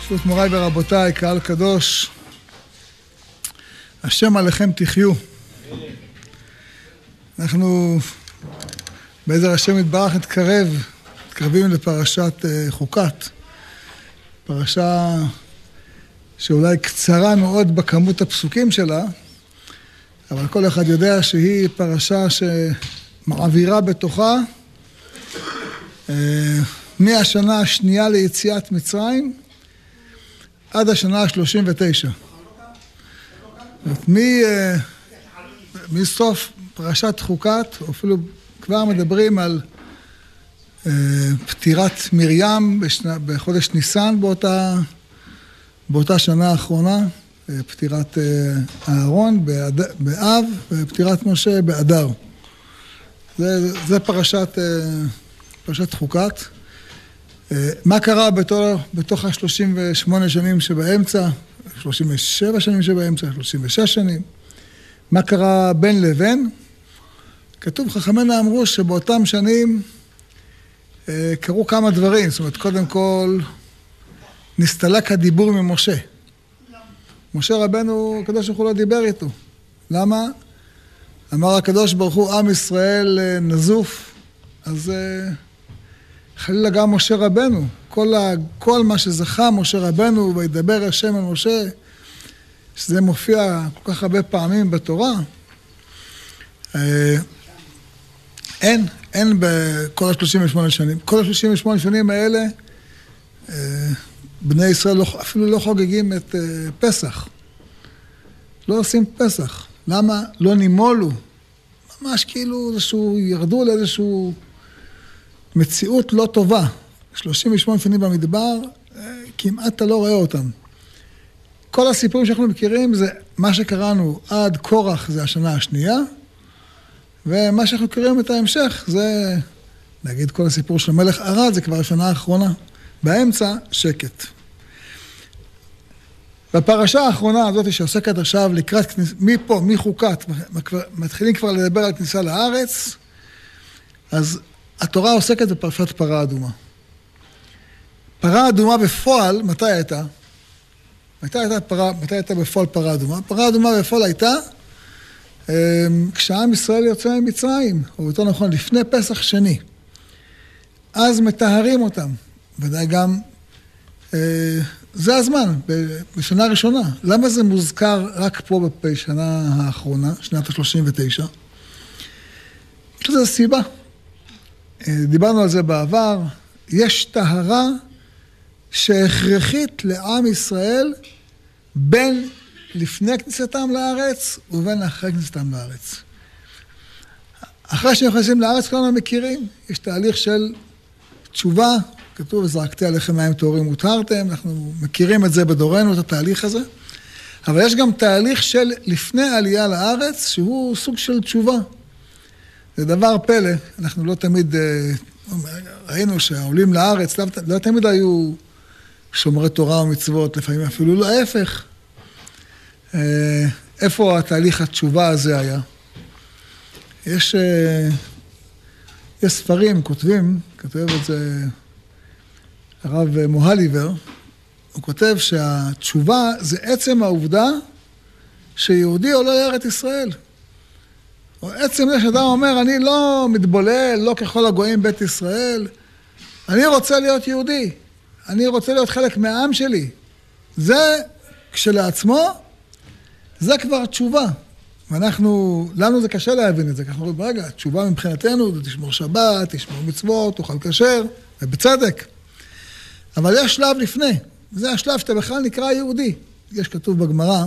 ברשות מוריי ורבותיי, קהל קדוש, השם עליכם תחיו. אנחנו בעזר השם יתברך מתקרבים לפרשת חוקת. פרשה שאולי קצרה מאוד בכמות הפסוקים שלה, אבל כל אחד יודע שהיא פרשה שמעבירה בתוכה מהשנה השנייה ליציאת מצרים עד השנה ה-39. מסוף פרשת חוקת, אפילו כבר מדברים על פטירת מרים בחודש ניסן באותה שנה האחרונה, פטירת אהרון באב ופטירת משה באדר. זה פרשת חוקת. מה קרה בתוך ה-38 שנים שבאמצע, 37 שנים שבאמצע, 36 שנים? מה קרה בין לבין? כתוב, חכמינו אמרו שבאותם שנים קרו כמה דברים. זאת אומרת, קודם כל נסתלק הדיבור ממשה. משה רבנו, הקדוש ברוך הוא לא דיבר איתו. למה? אמר הקדוש ברוך הוא, עם ישראל נזוף, אז חלילה גם משה רבנו. כל מה שזכה משה רבנו וידבר השם על משה, שזה מופיע כל כך הרבה פעמים בתורה, אין בכל ה-38 שנים. כל ה-38 שנים האלה, בני ישראל אפילו לא חוגגים את פסח. לא עושים פסח. למה? לא נימולו. ממש כאילו ירדו לאיזשהו מציאות לא טובה. 38 שנים במדבר, כמעט אתה לא רואה אותם. כל הסיפורים שאנחנו מכירים זה מה שקראנו עד קורח, זה השנה השנייה, ומה שאנחנו מכירים את ההמשך זה, נגיד כל הסיפור של מלך ערד, זה כבר השנה האחרונה. באמצע, שקט. בפרשה האחרונה הזאת שעוסקת עכשיו לקראת, מפה, מחוקת, מתחילים כבר לדבר על כניסה לארץ, אז התורה עוסקת בפרשת פרה אדומה. פרה אדומה בפועל, מתי הייתה? מתי הייתה בפועל פרה אדומה? פרה אדומה בפועל הייתה כשעם ישראל יוצא ממצרים, או יותר נכון, לפני פסח שני. אז מטהרים אותם. ודאי גם, זה הזמן, בשנה הראשונה. למה זה מוזכר רק פה בשנה האחרונה, שנת ה-39? יש לזה סיבה. דיברנו על זה בעבר. יש טהרה שהכרחית לעם ישראל בין לפני כניסתם לארץ ובין אחרי כניסתם לארץ. אחרי שנכנסים לארץ כולנו מכירים, יש תהליך של תשובה, כתוב, וזרקתי עליכם מים טהורים וטהרתם, אנחנו מכירים את זה בדורנו, את התהליך הזה, אבל יש גם תהליך של לפני העלייה לארץ, שהוא סוג של תשובה. זה דבר פלא, אנחנו לא תמיד, ראינו שהעולים לארץ, לא תמיד היו שומרי תורה ומצוות, לפעמים אפילו לא ההפך. איפה התהליך התשובה הזה היה? יש ספרים, כותב את זה הרב מוהליבר, הוא כותב שהתשובה זה עצם העובדה שיהודי עולה לארץ ישראל. או עצם זה שאדם אומר, אני לא מתבולל, לא ככל הגויים בית ישראל, אני רוצה להיות יהודי, אני רוצה להיות חלק מהעם שלי. זה כשלעצמו, זה כבר תשובה. לנו זה קשה להבין את זה, אנחנו אומרים, רגע, תשובה מבחינתנו, זה תשמור שבת, תשמור מצוות, תאכל כשר, ובצדק. אבל יש שלב לפני, וזה השלב שאתה בכלל נקרא יהודי. יש כתוב בגמרא,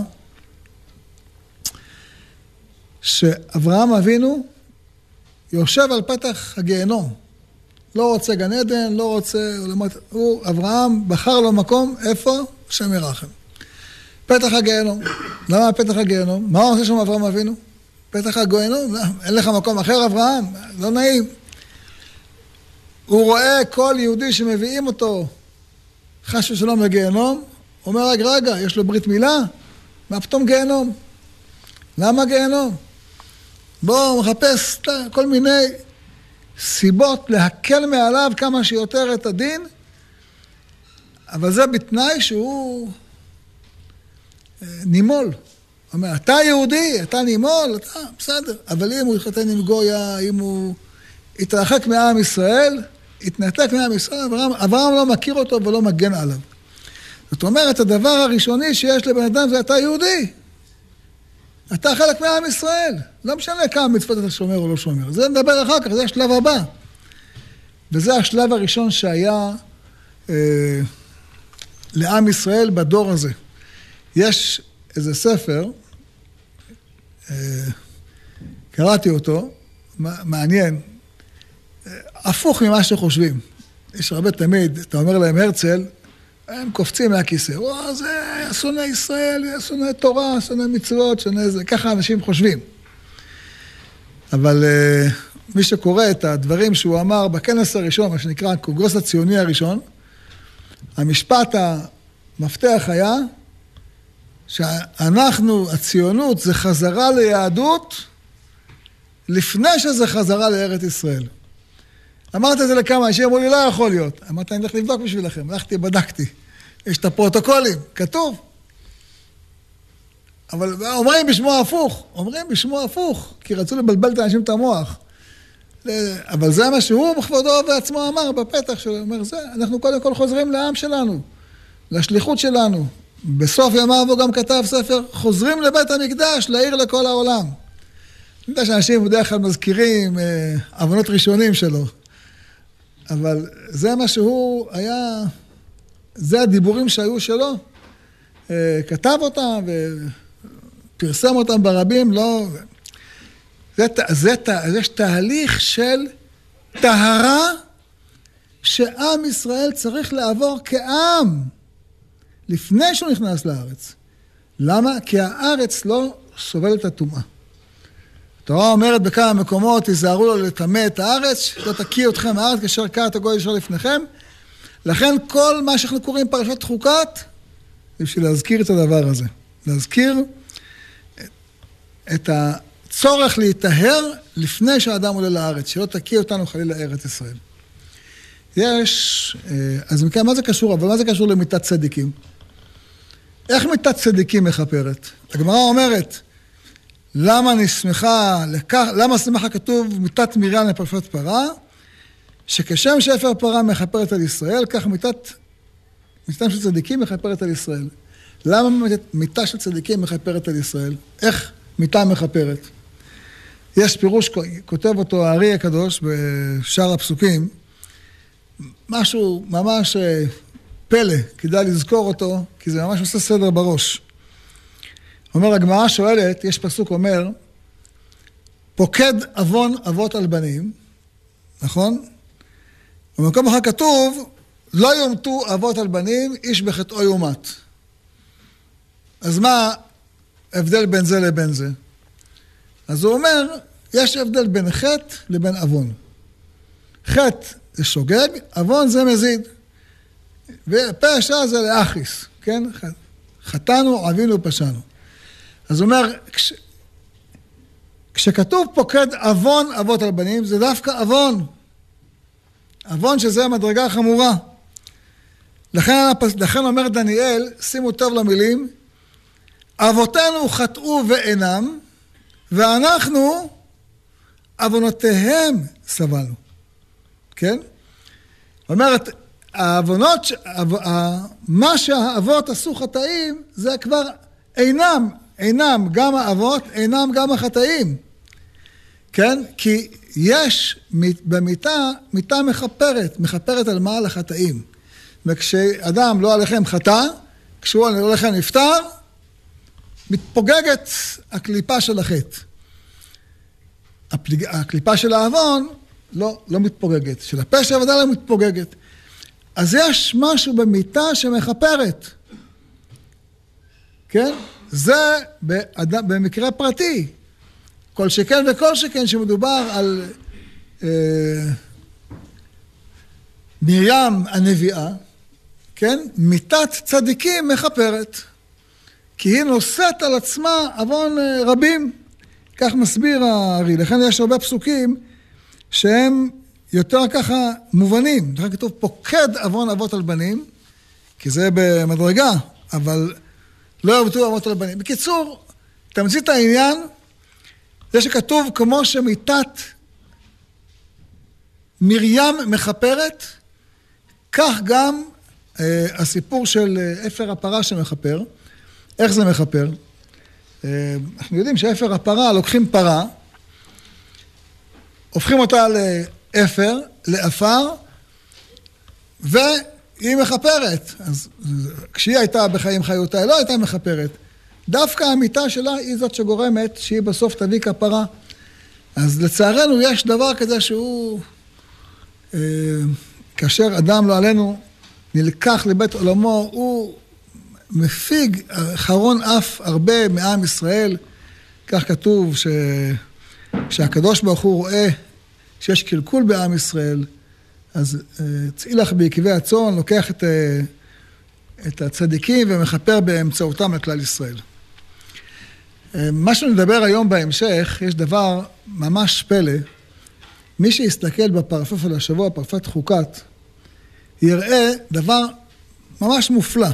שאברהם אבינו יושב על פתח הגיהנום. לא רוצה גן עדן, לא רוצה עולמות. אברהם בחר לו מקום, איפה? השם ירחם. פתח הגיהנום. למה פתח הגיהנום? מה עושה שם אברהם אבינו? פתח הגיהנום? אין לך מקום אחר, אברהם? לא נעים. הוא רואה כל יהודי שמביאים אותו חס ושלום לגיהנום, הוא אומר, רגע, יש לו ברית מילה? מה פתאום גיהנום? למה גיהנום? בואו מחפש כל מיני סיבות להקל מעליו כמה שיותר את הדין, אבל זה בתנאי שהוא נימול. הוא אומר, אתה יהודי, אתה נימול, אתה בסדר. אבל אם הוא יתחתן עם גויה, אם הוא יתרחק מעם ישראל, יתנתק מעם ישראל, אברהם לא מכיר אותו ולא מגן עליו. זאת אומרת, הדבר הראשוני שיש לבן אדם זה אתה יהודי. אתה חלק מעם ישראל. לא משנה כמה מצוות אתה שומר או לא שומר. זה נדבר אחר כך, זה השלב הבא. וזה השלב הראשון שהיה לעם ישראל בדור הזה. יש איזה ספר, קראתי אותו, מעניין, הפוך ממה שחושבים. יש הרבה תמיד, אתה אומר להם הרצל, הם קופצים מהכיסא, זה שונא ישראל, שונא תורה, שונא מצוות, שונא זה, ככה אנשים חושבים. אבל מי שקורא את הדברים שהוא אמר בכנס הראשון, מה שנקרא הקונגרס הציוני הראשון, המשפט המפתח היה שאנחנו, הציונות, זה חזרה ליהדות לפני שזה חזרה לארץ ישראל. אמרתי את זה לכמה אנשים, אמרו לי, לא יכול להיות. אמרתי, אני הולך לבדוק בשבילכם. הלכתי, בדקתי. יש את הפרוטוקולים, כתוב. אבל אומרים בשמו הפוך, כי רצו לבלבל את האנשים את המוח. אבל זה מה שהוא בכבודו ועצמו אמר בפתח שלו. הוא אומר, אנחנו קודם כל חוזרים לעם שלנו, לשליחות שלנו. בסוף ימיו הוא גם כתב ספר, חוזרים לבית המקדש, להעיר לכל העולם. אני יודע שאנשים בדרך כלל מזכירים עוונות ראשונים שלו. אבל זה מה שהוא היה, זה הדיבורים שהיו שלו. כתב אותם ופרסם אותם ברבים, לא... יש תהליך של טהרה שעם ישראל צריך לעבור כעם לפני שהוא נכנס לארץ. למה? כי הארץ לא סובלת את הטומאה. התורה אומרת בכמה מקומות, תיזהרו לו לטמא את הארץ, לא תקיא אתכם הארץ כאשר קע את הגוי ישר לפניכם. לכן כל מה שאנחנו קוראים פרשת חוקת, זה בשביל להזכיר את הדבר הזה. להזכיר את הצורך להיטהר לפני שהאדם עולה לארץ, שלא תקיא אותנו חלילה לארץ ישראל. אז מכאן, מה זה קשור? אבל מה זה קשור למיתת צדיקים? איך מיתת צדיקים מחפרת? הגמרא אומרת, למה שמחה כתוב מיתת מרים לפרשת פרה? שכשם שאפר פרה מחפרת על ישראל, כך מיתת של צדיקים מחפרת על ישראל. למה מיתה של צדיקים מחפרת על ישראל? איך מיתה מחפרת? יש פירוש, כותב אותו הארי הקדוש בשאר הפסוקים, משהו ממש פלא, כדאי לזכור אותו, כי זה ממש עושה סדר בראש. אומר, הגמרא שואלת, יש פסוק אומר, פוקד אבון אבות על בנים, נכון? במקום אחר כתוב, לא יומתו אבות על בנים, איש בחטאו יומת. אז מה ההבדל בין זה לבין זה? אז הוא אומר, יש הבדל בין חטא לבין אבון. חטא זה שוגג, אבון זה מזיד. ופשע זה לאחיס, כן? חטאנו, עווינו, פשענו. אז הוא אומר, כשכתוב פוקד אבון אבות על בנים, זה דווקא אבון. אבון שזה המדרגה החמורה. לכן אומר דניאל, שימו טוב למילים, אבותינו חטאו ואינם, ואנחנו אבונותיהם סבלנו. כן? אומרת, האבונות, מה שהאבות עשו חטאים, זה כבר אינם גם האבות, אינם גם החטאים. כן? כי יש במיטה, מיטה מחפרת על מעל החטאים. וכשאדם לא עליכם חטא, כשהוא עליכם נפטר, מתפוגגת הקליפה של החטא. הקליפה של האבון לא מתפוגגת. של הפשע ודאי לא מתפוגגת. אז יש משהו במיטה שמחפרת. כן? זה במקרה פרטי. כל שכן וכל שכן שמדובר על מרים הנביאה, כן? מיתת צדיקים מחפרת. כי היא נושאת על עצמה אבון רבים. כך מסביר הארי. לכן יש הרבה פסוקים שהם יותר ככה מובנים. לכן כתוב פוקד אבון אבות על בנים, כי זה במדרגה, אבל לא יעבדו אבות על הבנים. בקיצור, תמצית העניין, זה שכתוב כמו שמיתת מרים מכפרת, כך גם הסיפור של אפר הפרה שמכפר. איך זה מכפר? אנחנו יודעים שאפר הפרה, לוקחים פרה, הופכים אותה לאפר, לאפר, והיא מכפרת. אז כשהיא הייתה בחיים חיותה, היא לא הייתה מכפרת. דווקא המיטה שלה היא זאת שגורמת שהיא בסוף תביא כפרה. אז לצערנו יש דבר כזה שהוא, כאשר אדם לא עלינו נלקח לבית עולמו, הוא מפיג חרון אף הרבה מעם ישראל. כך כתוב שהקדוש ברוך הוא רואה שיש קלקול בעם ישראל, אז צילח בעקבי הצאן, לוקח את הצדיקים ומחפר באמצעותם לכלל ישראל. מה שנדבר היום בהמשך, יש דבר ממש פלא. מי שיסתכל בפרפה של השבוע, פרפת חוקת, יראה דבר ממש מופלא.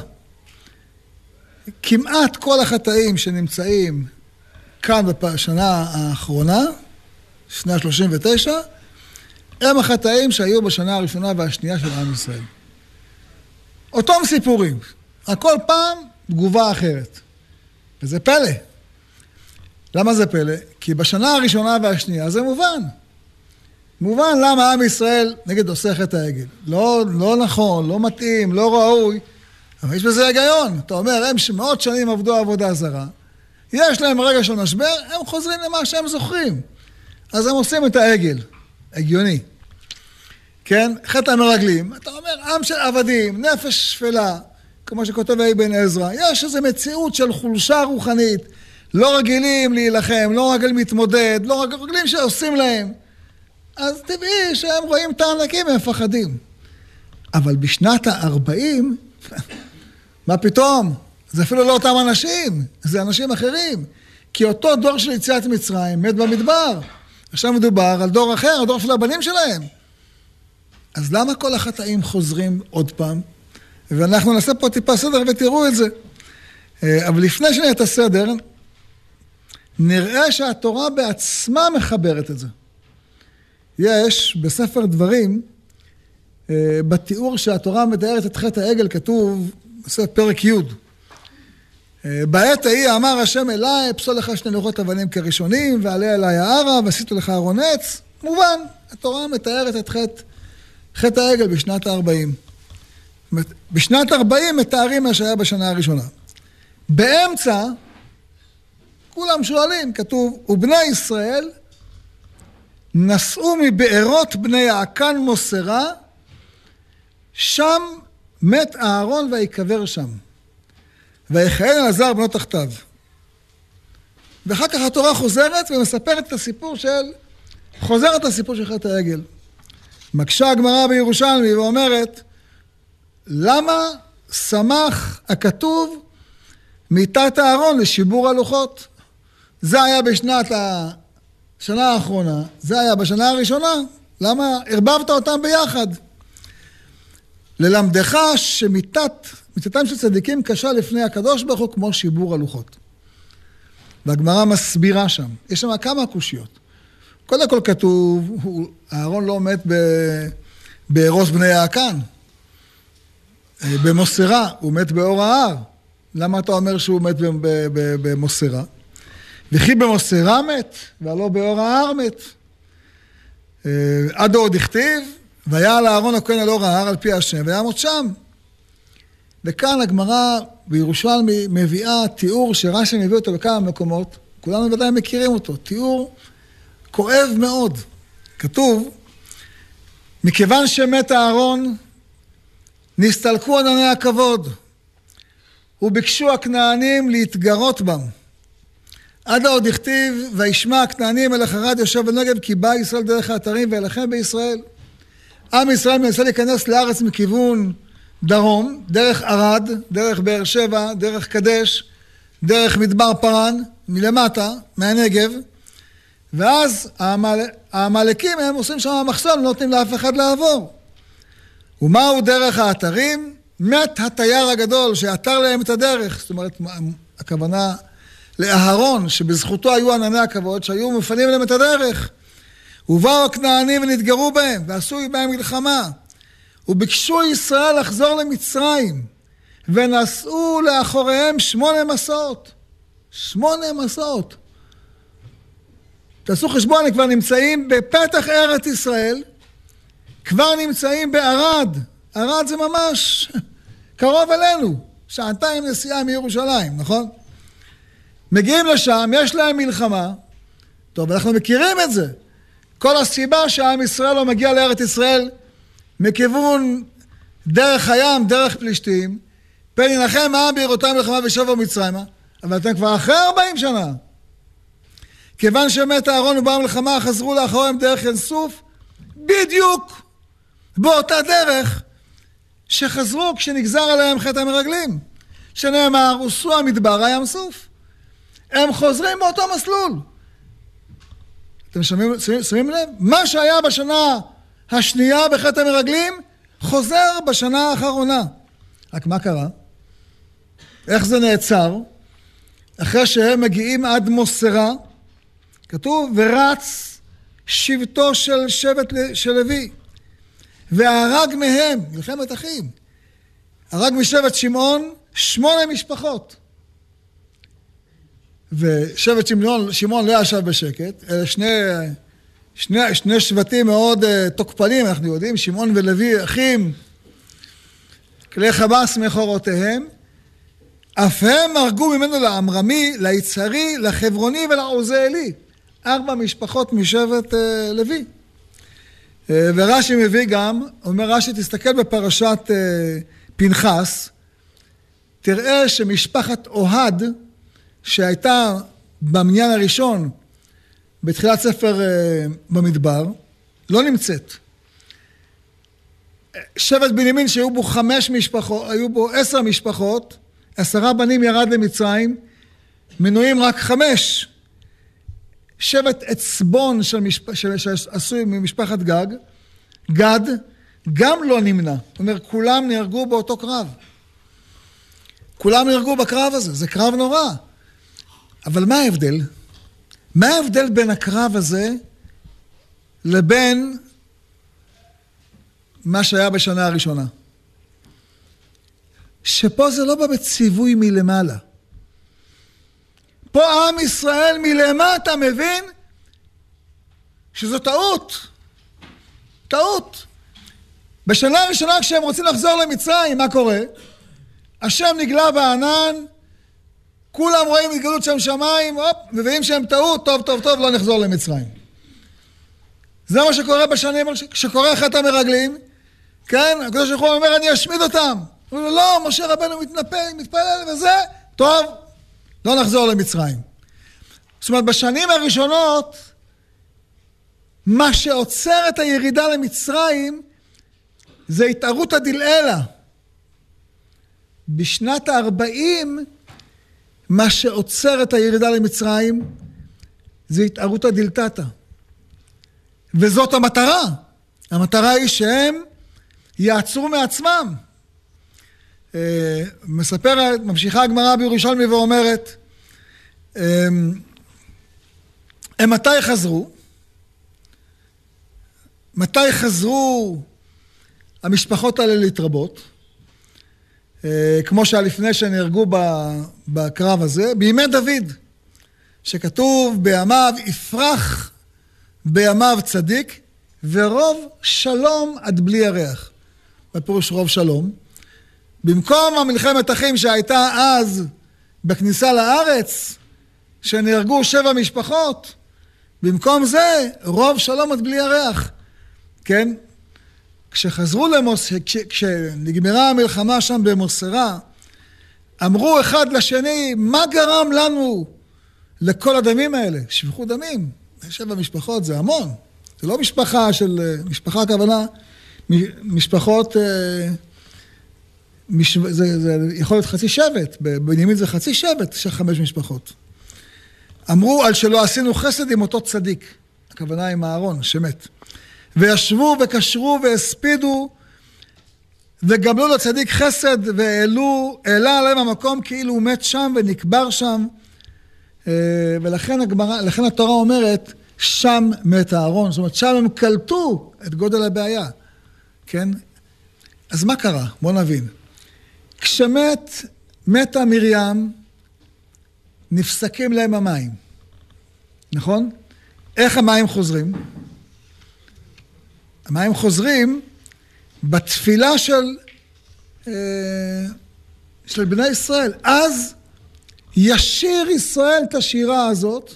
כמעט כל החטאים שנמצאים כאן בשנה האחרונה, שנה 39, הם החטאים שהיו בשנה הראשונה והשנייה של עם ישראל. אותם סיפורים, הכל פעם תגובה אחרת. וזה פלא. למה זה פלא? כי בשנה הראשונה והשנייה זה מובן. מובן למה עם ישראל נגד עושה חטא העגל. לא נכון, לא מתאים, לא ראוי, אבל יש בזה היגיון. אתה אומר, הם שמאות שנים עבדו עבודה זרה, יש להם רגע של משבר, הם חוזרים למה שהם זוכרים. אז הם עושים את העגל. הגיוני. כן? חטא המרגלים. אתה אומר, עם של עבדים, נפש שפלה, כמו שכותב אבן עזרא, יש איזו מציאות של חולשה רוחנית, לא רגילים להילחם, לא רגילים להתמודד, לא רגילים שעושים להם. אז טבעי שהם רואים את הענקים ומפחדים. אבל בשנת ה-40, מה פתאום? זה אפילו לא אותם אנשים, זה אנשים אחרים. כי אותו דור של יציאת מצרים מת במדבר. עכשיו מדובר על דור אחר, הדור של הבנים שלהם. אז למה כל החטאים חוזרים עוד פעם? ואנחנו נעשה פה טיפה סדר ותראו את זה. אבל לפני שנהיה את הסדר, נראה שהתורה בעצמה מחברת את זה. יש בספר דברים, בתיאור שהתורה מתארת את חטא העגל, כתוב בספר פרק י'. בעת ההיא אמר השם אליי, פסול לך שני לוחות אבנים כראשונים, ועלה אליי הערה, ועשיתו לך ארון עץ. מובן, התורה מתארת את חטא העגל בשנת ה-40. בשנת 40 מתארים מה שהיה בשנה הראשונה. באמצע, כולם שואלים, כתוב, ובני ישראל נסעו מבארות בני העקן מוסרה, שם מת אהרון ויקבר שם. ויכהן אלעזר בנו תחתיו. ואחר כך התורה חוזרת ומספרת את הסיפור חוזרת הסיפור של חטא העגל. מקשה הגמרא בירושלמי ואומרת, למה שמח הכתוב מיתת אהרון לשיבור הלוחות? זה היה בשנת השנה האחרונה, זה היה בשנה הראשונה, למה הרבבת אותם ביחד? ללמדך שמיתתם של צדיקים קשה לפני הקדוש ברוך הוא כמו שיבור הלוחות. והגמרא מסבירה שם, יש שם כמה קושיות. קודם כל כתוב, אהרון לא מת בארוס בני העקן, במוסרה, הוא מת באור ההר. למה אתה אומר שהוא מת במוסרה? וכי במוסרה מת, והלא באור ההר מת. עד עוד הכתיב, והיה על אהרון הכהן על אור ההר על פי השם, ויעמוד שם. וכאן הגמרא בירושלמי מביאה תיאור שרש"י מביא אותו בכמה מקומות, כולנו ודאי מכירים אותו, תיאור כואב מאוד. כתוב, מכיוון שמת אהרון, נסתלקו ענני הכבוד, וביקשו הכנענים להתגרות בם. עד עוד הכתיב, וישמע הכנענים אל החרד יושב בנגב, כי בא ישראל דרך האתרים ואלכם בישראל. עם ישראל מנסה להיכנס לארץ מכיוון דרום, דרך ערד, דרך באר שבע, דרך קדש, דרך מדבר פרן, מלמטה, מהנגב, ואז העמלקים הם עושים שם מחסום, לא נותנים לאף אחד לעבור. ומהו דרך האתרים? מת התייר הגדול שעתר להם את הדרך, זאת אומרת, הכוונה לאהרון, שבזכותו היו ענני הכבוד, שהיו מפנים להם את הדרך. ובאו הכנענים ונתגרו בהם, ועשו בהם מלחמה. וביקשו ישראל לחזור למצרים, ונסעו לאחוריהם 8 מסעות. 8 מסעות. תעשו חשבון, הם כבר נמצאים בפתח ארץ ישראל, כבר נמצאים בערד. ערד זה ממש קרוב אלינו, 2 נסיעה מירושלים, נכון? מגיעים לשם, יש להם מלחמה. טוב, אנחנו מכירים את זה. כל הסיבה שהעם ישראל לא מגיע לארץ ישראל מכיוון דרך הים, דרך פלישתים, פן ינחם העם בעירותם מלחמה ושובו מצרימה, אבל אתם כבר אחרי 40 שנה. כיוון שמת אהרון ובאו מלחמה, חזרו לאחוריהם דרך ין סוף, בדיוק באותה דרך שחזרו כשנגזר עליהם חטא המרגלים, שנאמר, עושו המדבר הים סוף. הם חוזרים באותו מסלול. אתם שמים לב? מה שהיה בשנה השנייה בחטא המרגלים, חוזר בשנה האחרונה. רק מה קרה? איך זה נעצר? אחרי שהם מגיעים עד מוסרה, כתוב, ורץ שבטו של שבט של לוי, והרג מהם, מלחמת אחים, הרג משבט שמעון 8 משפחות. ושבט שמעון לא ישב בשקט, אלה שני שבטים מאוד תוקפנים, אנחנו יודעים, שמעון ולוי אחים, כלי חמאס מחורותיהם, אף הם הרגו ממנו לעמרמי, ליצהרי, לחברוני ולעוזאלי, 4 משפחות משבט לוי. ורש"י מביא גם, אומר רש"י, תסתכל בפרשת פנחס, תראה שמשפחת אוהד, שהייתה במניין הראשון, בתחילת ספר במדבר, לא נמצאת. שבט בנימין שהיו בו 5 משפחות, היו בו 10 משפחות, 10 בנים ירד למצרים, מנויים רק 5. שבט עצבון שעשוי ממשפחת גד, גם לא נמנע. זאת אומרת, כולם נהרגו באותו קרב. כולם נהרגו בקרב הזה, זה קרב נורא. אבל מה ההבדל? מה ההבדל בין הקרב הזה לבין מה שהיה בשנה הראשונה? שפה זה לא בא בציווי מלמעלה. פה עם ישראל מלמטה מבין שזו טעות. טעות. בשנה הראשונה כשהם רוצים לחזור למצרים, מה קורה? השם נגלה בענן, כולם רואים התגלות שם שמיים, מביאים שהם טעות, טוב, לא נחזור למצרים. זה מה שקורה בשנים, שקורה חטא המרגלים, כן? הקדוש ברוך הוא אומר, אני אשמיד אותם. הוא אומר, לא, משה רבנו מתפלל וזה, טוב, לא נחזור למצרים. זאת אומרת, בשנים הראשונות, מה שעוצר את הירידה למצרים, זה התערות הדלעילה. בשנת ה-40, מה שעוצר את הירידה למצרים, זה התערות הדלתתא. וזאת המטרה. המטרה היא שהם יעצרו מעצמם. ממשיכה הגמרא בירושלמי ואומרת, הם מתי חזרו? מתי חזרו המשפחות האלה להתרבות? כמו שלפני שנהרגו בקרב הזה, בימי דוד, שכתוב בימיו יפרח, בימיו צדיק, ורוב שלום עד בלי ירח. בפירוש רוב שלום. במקום המלחמת אחים שהייתה אז בכניסה לארץ, שנהרגו 7 משפחות, במקום זה רוב שלום עד בלי ירח. כן? כשחזרו כשנגמרה המלחמה שם במוסרה, אמרו אחד לשני, מה גרם לנו לכל הדמים האלה? שפכו דמים. 7 משפחות זה המון. זה לא משפחה משפחה הכוונה, משפחות, זה יכול להיות חצי שבט, בנימין זה חצי שבט של 5 משפחות. אמרו על שלא עשינו חסד עם אותו צדיק, הכוונה עם אהרון שמת. וישבו וקשרו והספידו וגמלו לצדיק חסד, העלה עליהם המקום כאילו הוא מת שם ונקבר שם, ולכן התורה אומרת, שם מת אהרון, זאת אומרת, שם הם קלטו את גודל הבעיה, כן? אז מה קרה? בואו נבין. כשמתה מרים, נפסקים להם המים, נכון? איך המים חוזרים? המים חוזרים בתפילה של בני ישראל. אז ישיר ישראל את השירה הזאת,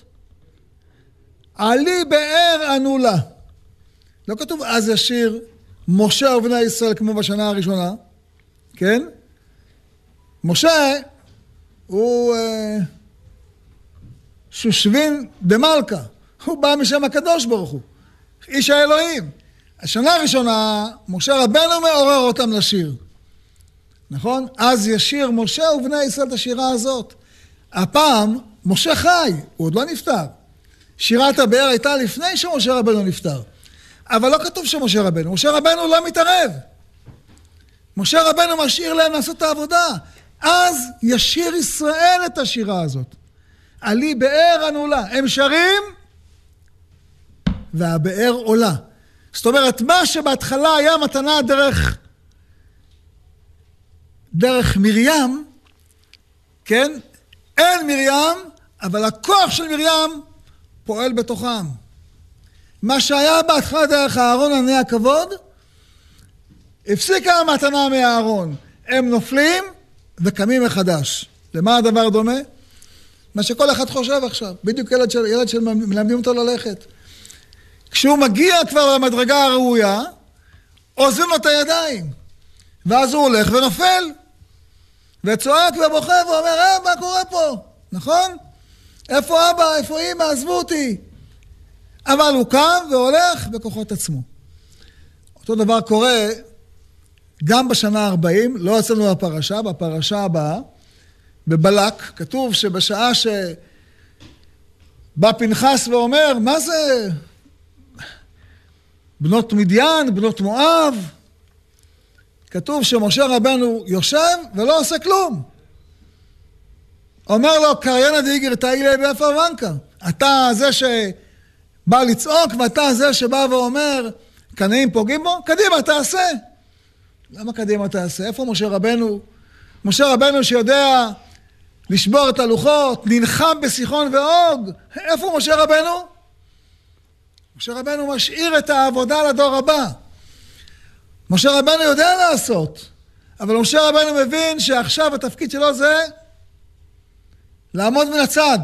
עלי באר ענו לה. לא כתוב אז ישיר משה ובני ישראל כמו בשנה הראשונה, כן? משה הוא שושבין דמלכה, הוא בא משם הקדוש ברוך הוא, איש האלוהים. השנה הראשונה, משה רבנו מעורר אותם לשיר. נכון? אז ישיר משה ובני ישראל את השירה הזאת. הפעם, משה חי, הוא עוד לא נפטר. שירת הבאר הייתה לפני שמשה רבנו נפטר. אבל לא כתוב שמשה רבנו. משה רבנו לא מתערב. משה רבנו משאיר להם לעשות את העבודה. אז ישיר ישראל את השירה הזאת. עלי באר ענו לה. הם שרים, והבאר עולה. זאת אומרת, מה שבהתחלה היה מתנה דרך מרים, כן? אין מרים, אבל הכוח של מרים פועל בתוכם. מה שהיה בהתחלה דרך הארון עני הכבוד, הפסיקה המתנה מהארון. הם נופלים וקמים מחדש. למה הדבר דומה? מה שכל אחד חושב עכשיו. בדיוק ילד שמלמדים אותו ללכת. כשהוא מגיע כבר למדרגה הראויה, עוזבים לו את הידיים. ואז הוא הולך ונופל. וצועק ובוכה ואומר, מה קורה פה? נכון? איפה אבא? איפה אמא? עזבו אותי. אבל הוא קם והולך בכוחות עצמו. אותו דבר קורה גם בשנה 40, לא יצאנו בפרשה, בפרשה הבאה, בבלק, כתוב שבשעה שבא פנחס ואומר, מה זה? בנות מדיין, בנות מואב. כתוב שמשה רבנו יושב ולא עושה כלום. אומר לו, קריינה דיגר תאילי באפה ונקה. אתה זה שבא לצעוק ואתה זה שבא ואומר, קנאים פוגעים בו? קדימה, תעשה. למה קדימה תעשה? איפה משה רבנו? משה רבנו שיודע לשבור את הלוחות, נלחם בסיחון ואוג. איפה משה רבנו? משה רבנו משאיר את העבודה לדור הבא. משה רבנו יודע לעשות, אבל משה רבנו מבין שעכשיו התפקיד שלו זה לעמוד מן הצד,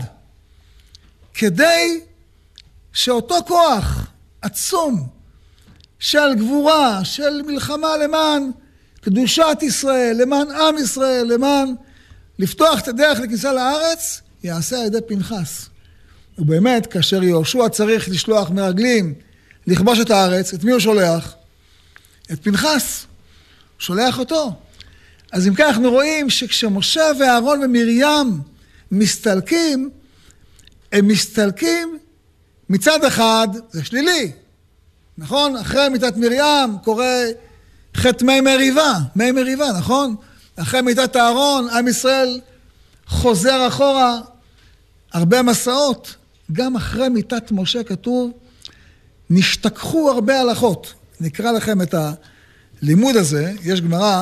כדי שאותו כוח עצום של גבורה, של מלחמה למען קדושת ישראל, למען עם ישראל, למען לפתוח את הדרך לכניסה לארץ, יעשה על ידי פנחס. ובאמת, כאשר יהושע צריך לשלוח מרגלים לכבוש את הארץ, את מי הוא שולח? את פנחס. הוא שולח אותו. אז אם כך אנחנו רואים שכשמשה ואהרון ומרים מסתלקים, הם מסתלקים מצד אחד, זה שלילי. נכון? אחרי מיתת מרים קורה חטא מי מריבה, נכון? אחרי מיתת אהרון, עם ישראל חוזר אחורה הרבה מסעות. גם אחרי מיתת משה כתוב, נשתכחו הרבה הלכות. נקרא לכם את הלימוד הזה, יש גמרא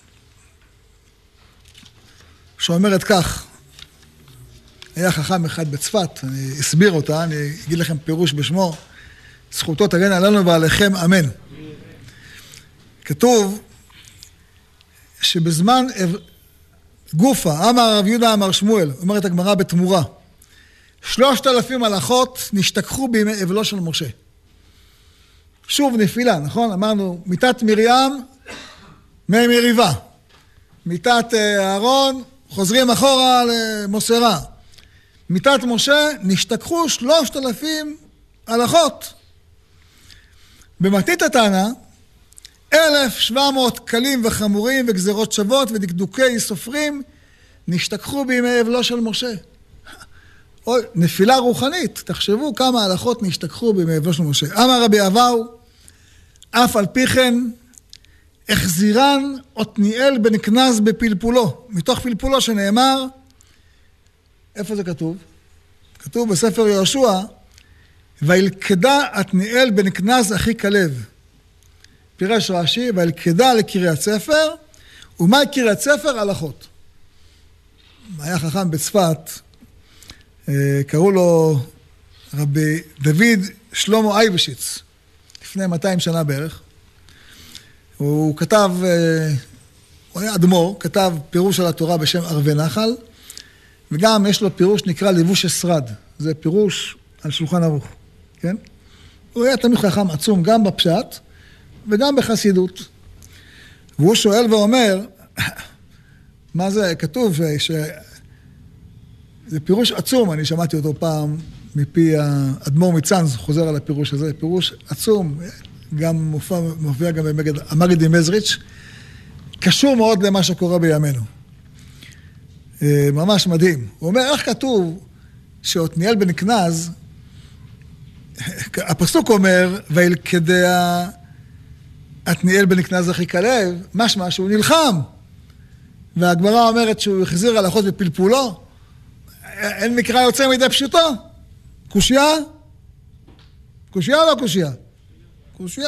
שאומרת כך, היה חכם אחד בצפת, אני אסביר אותה, אני אגיד לכם פירוש בשמו, זכותו תגן עלינו ועליכם אמן. כתוב שבזמן גופה, אמר הרב יהודה אמר שמואל, אומרת הגמרא בתמורה, 3,000 הלכות נשתכחו בימי אבלו של משה. שוב נפילה, נכון? אמרנו, מיתת מרים, מי מריבה. מיתת אהרון, חוזרים אחורה למוסרה. מיתת משה, נשתכחו 3,000 הלכות. במתית התנא, 1,700 קלים וחמורים וגזרות שוות ודקדוקי סופרים, נשתכחו בימי אבלו של משה. נפילה רוחנית, תחשבו כמה הלכות נשתכחו בימי אבלו של משה. אמר רבי אבאו, אף על פי כן החזירן עתניאל בן כנז בפלפולו, מתוך פלפולו שנאמר, איפה זה כתוב? כתוב בספר יהושע, וילכדה עתניאל בן כנז אחי כלב. פירש רש"י, וילכדה לקריית ספר, ומה קריית ספר? הלכות. היה חכם בצפת, קראו לו רבי דוד שלמה אייבשיץ, לפני 200 שנה בערך. הוא כתב, הוא היה אדמו"ר, כתב פירוש על התורה בשם ערבי נחל, וגם יש לו פירוש נקרא לבוש אסרד, זה פירוש על שולחן ערוך, כן? הוא היה תמיד חכם עצום גם בפשט וגם בחסידות. והוא שואל ואומר, מה זה? כתוב זה פירוש עצום, אני שמעתי אותו פעם מפי האדמו"ר מצאנז, חוזר על הפירוש הזה, פירוש עצום, גם מופיע גם במגד המגיד ממזריץ', קשור מאוד למה שקורה בימינו. ממש מדהים. הוא אומר, איך כתוב שעתניאל בן כנז, הפסוק אומר, וילכדה עתניאל בן כנז אחי כלב, משמע שהוא נלחם. והגמרא אומרת שהוא החזיר הלכות בפלפולו, אין מקרא יוצא מידי פשוטו. קושיה? קושיה או לא קושיה? קושיה.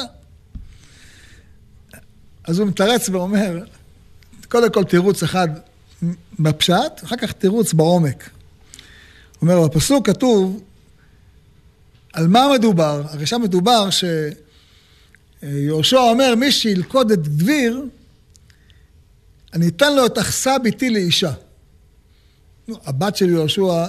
אז הוא מתרץ ואומר, קודם כל תירוץ אחד בפשט, אחר כך תירוץ בעומק. הוא אומר, בפסוק כתוב, על מה מדובר? הרי שם מדובר שיהושע אומר, מי שילכוד את דביר, אני אתן לו את אחסה ביתי לאישה. הבת של יהושע,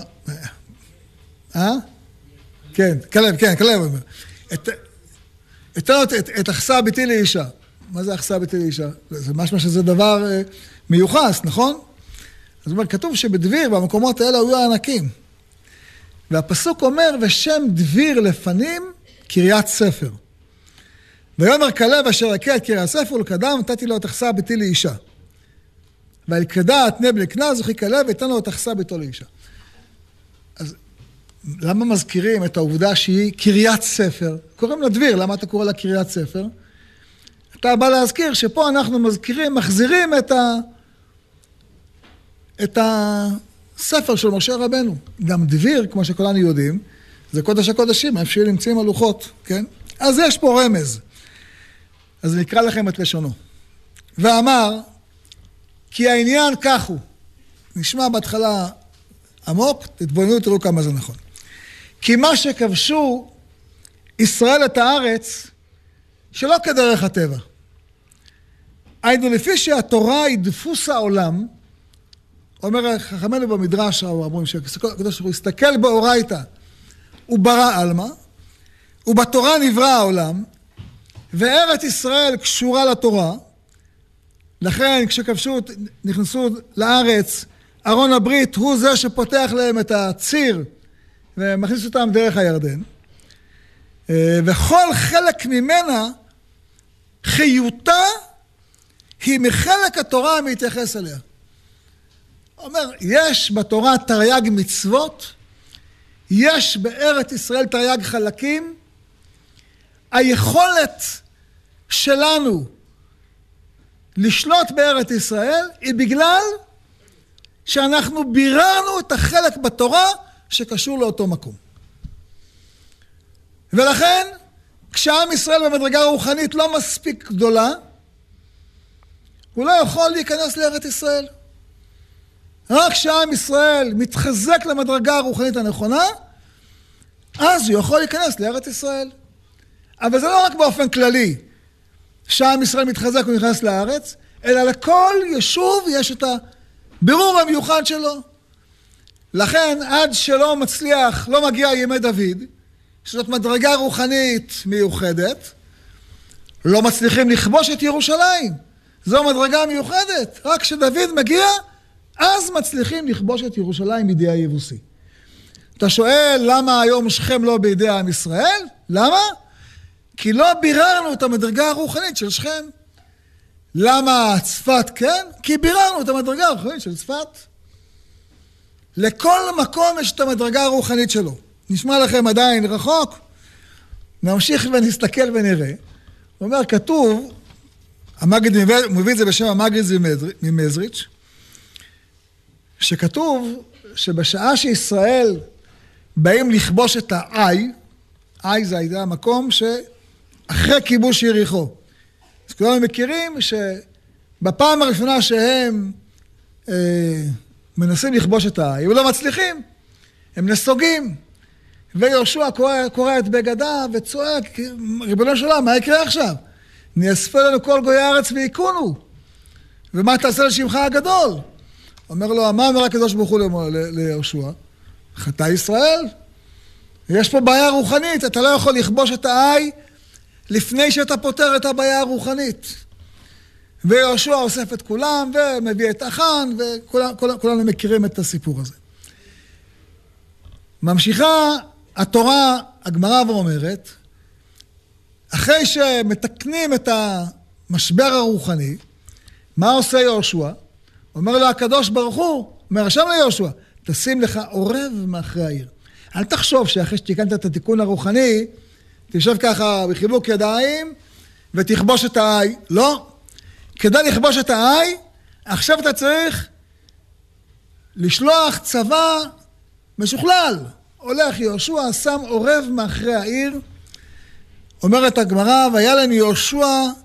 כן, כלב אומר. אתן לו את אחסה ביתי לאישה. מה זה אחסה ביתי לאישה? זה משמע שזה דבר מיוחס, נכון? אז הוא אומר, כתוב שבדביר, במקומות האלה היו הענקים. והפסוק אומר, ושם דביר לפנים, קריית ספר. ויאמר כלב אשר יכה את קריית ספר, ולקדם, נתתי לו את אחסה ביתי לאישה. וילכדה עתניאל בן כנז אחי כלב, ותן לו את אחסה ביתו לאישה. אז למה מזכירים את העובדה שהיא קריית ספר? קוראים לה דביר, למה אתה קורא לה קריית ספר? אתה בא להזכיר שפה אנחנו מזכירים, מחזירים את הספר של משה רבנו. גם דביר, כמו שכולנו יודעים, זה קודש הקודשים, איפה שנמצאים הלוחות, כן? אז יש פה רמז. אז נקרא לכם את לשונו. ואמר, כי העניין כך הוא. נשמע בהתחלה עמוק, תתבוננו, תראו כמה זה נכון. כי מה שכבשו ישראל את הארץ, שלא כדרך הטבע. היינו לפי שהתורה היא דפוס העולם, אומר חכמנו במדרש, אומרים שהקדוש הוא הסתכל באורייתא, הוא ברא עלמא, ובתורה נברא העולם, וארץ ישראל קשורה לתורה, לכן כשכבשו, נכנסו לארץ, ארון הברית הוא זה שפותח להם את הציר, ומכניס אותם דרך הירדן, וכל חלק ממנה, חיותה, היא מחלק התורה המתייחס אליה. אומר, יש בתורה תרי"ג מצוות, יש בארץ ישראל תרי"ג חלקים, היכולת שלנו לשלוט בארץ ישראל היא בגלל שאנחנו ביררנו את החלק בתורה שקשור לאותו מקום. ולכן, כשעם ישראל במדרגה רוחנית לא מספיק גדולה, הוא לא יכול להיכנס לארץ ישראל. רק כשעם ישראל מתחזק למדרגה הרוחנית הנכונה, אז הוא יכול להיכנס לארץ ישראל. אבל זה לא רק באופן כללי, שעם ישראל מתחזק ונכנס לארץ, אלא לכל יישוב יש את הבירור המיוחד שלו. לכן, עד שלא מצליח, לא מגיע ימי דוד, שזאת מדרגה רוחנית מיוחדת, לא מצליחים לכבוש את ירושלים. זו מדרגה מיוחדת. רק כשדוד מגיע, אז מצליחים לכבוש את ירושלים בידי היבוסי. אתה שואל למה היום שכם לא בידי עם ישראל? למה? כי לא ביררנו את המדרגה הרוחנית של שכם. למה צפת כן? כי ביררנו את המדרגה הרוחנית של צפת. לכל מקום יש את המדרגה הרוחנית שלו. נשמע לכם עדיין רחוק? נמשיך ונסתכל ונראה. הוא אומר, כתוב, המגיד מביא את זה בשם המגיד ממזריץ', שכתוב שבשעה שישראל באים לכבוש את האי, האי זה היה המקום שאחרי כיבוש יריחו. אז כולנו מכירים שבפעם הראשונה שהם מנסים לכבוש את האי, הם לא מצליחים, הם נסוגים. ויהושע קורא את בגדיו וצועק, ריבונו של עולם, מה יקרה עכשיו? נאספו לנו כל גויי הארץ ויקונו. ומה תעשה לשמך הגדול? אומר לו, מה אומר הקדוש ברוך הוא ליהושע? חטא ישראל. יש פה בעיה רוחנית, אתה לא יכול לכבוש את האי לפני שאתה פותר את הבעיה הרוחנית. ויהושע אוסף את כולם ומביא את אחן, וכולנו מכירים את הסיפור הזה. ממשיכה התורה, הגמרא ואומרת, אחרי שמתקנים את המשבר הרוחני, מה עושה יהושע? אומר לו הקדוש ברוך הוא, אומר שם ליהושע, תשים לך עורב מאחרי העיר. אל תחשוב שאחרי שתיקנת את התיקון הרוחני, תשב ככה בחיבוק ידיים ותכבוש את האי. לא. כדי לכבוש את האי, עכשיו אתה צריך לשלוח צבא משוכלל. הולך יהושע, שם עורב מאחרי העיר, אומרת הגמרא, וילן יהושע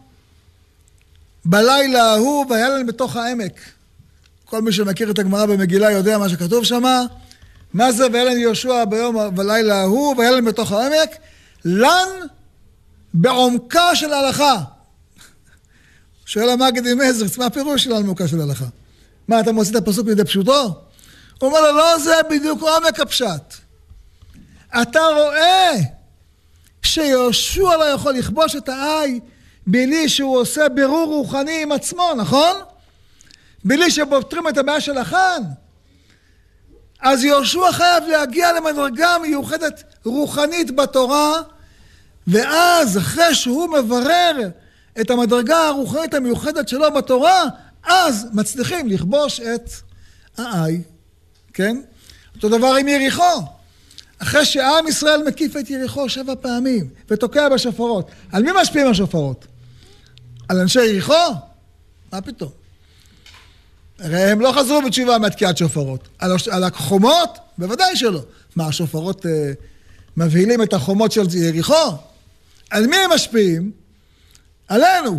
בלילה ההוא, וילן בתוך העמק. כל מי שמכיר את הגמרא במגילה יודע מה שכתוב שם. מה זה וילן יהושע ביום בלילה ההוא, וילן בתוך העמק? לן בעומקה של הלכה. שואל המגיד ממזריץ', מה הפירוש של עומקה של הלכה? מה, אתה מוציא את הפסוק לידי פשוטו? הוא אומר לו, לא, זה בדיוק עומק הפשט. אתה רואה שיהושע לא יכול לכבוש את האי בלי שהוא עושה בירור רוחני עם עצמו, נכון? בלי שפותרים את הבעיה של אחן. אז יהושע חייב להגיע למדרגה מיוחדת רוחנית בתורה, ואז אחרי שהוא מברר את המדרגה הרוחנית המיוחדת שלו בתורה, אז מצליחים לכבוש את האי. כן? אותו דבר עם יריחו. אחרי שעם ישראל מקיף את יריחו 7 פעמים ותוקע בשופרות. על מי משפיעים השופרות? על אנשי יריחו? מה פתאום? הרי הם לא חזרו בתשובה מתקיעת שופרות. על החומות? בוודאי שלא. מה, השופרות מבהילים את החומות של יריחו? על מי הם משפיעים? עלינו.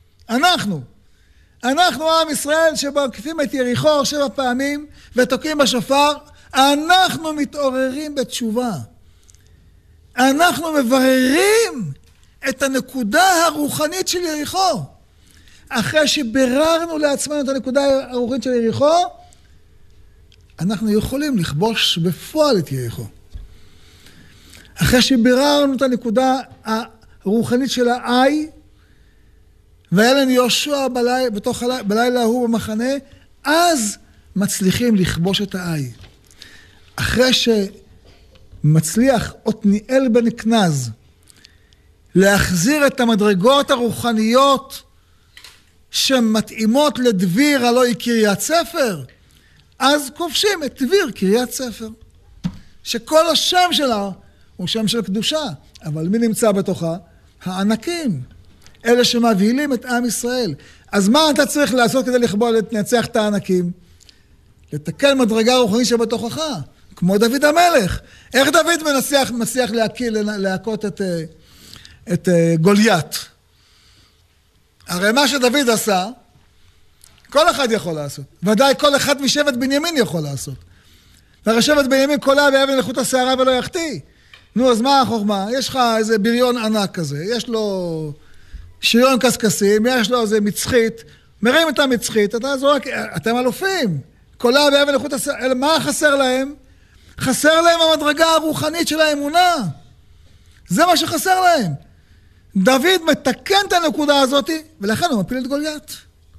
אנחנו עם ישראל שמקיפים את יריחו 7 פעמים ותוקעים בשופר. אנחנו מתעוררים בתשובה. אנחנו מבררים את הנקודה הרוחנית של יריחו. אחרי שבררנו לעצמנו את הנקודה הרוחנית של יריחו, אנחנו יכולים לכבוש בפועל את יריחו. אחרי שבררנו את הנקודה הרוחנית של האי, והיה לנו יהושע בלילה ההוא במחנה, אז מצליחים לכבוש את האי. אחרי שמצליח עתניאל בן כנז להחזיר את המדרגות הרוחניות שמתאימות לדביר הלא היא קריית ספר, אז כובשים את דביר קריית ספר, שכל השם שלה הוא שם של קדושה. אבל מי נמצא בתוכה? הענקים, אלה שמבהילים את עם ישראל. אז מה אתה צריך לעשות כדי לנצח את הענקים? לתקן מדרגה רוחנית שבתוכך, כמו דוד המלך. איך דוד מצליח להכות את גוליית? הרי מה שדוד עשה, כל אחד יכול לעשות. ודאי כל אחד משבט בנימין יכול לעשות. והרי שבט בנימין קולע באבן לחוט השערה ולא יחטיא. נו, אז מה החוכמה? יש לך איזה בריון ענק כזה, יש לו שריון קסקסים, יש לו איזה מצחית, מרים את המצחית, אתם אלופים. קולע באבן לחוט השערה, מה חסר להם? חסר להם המדרגה הרוחנית של האמונה. זה מה שחסר להם. דוד מתקן את הנקודה הזאת, ולכן הוא מפיל את גוליית.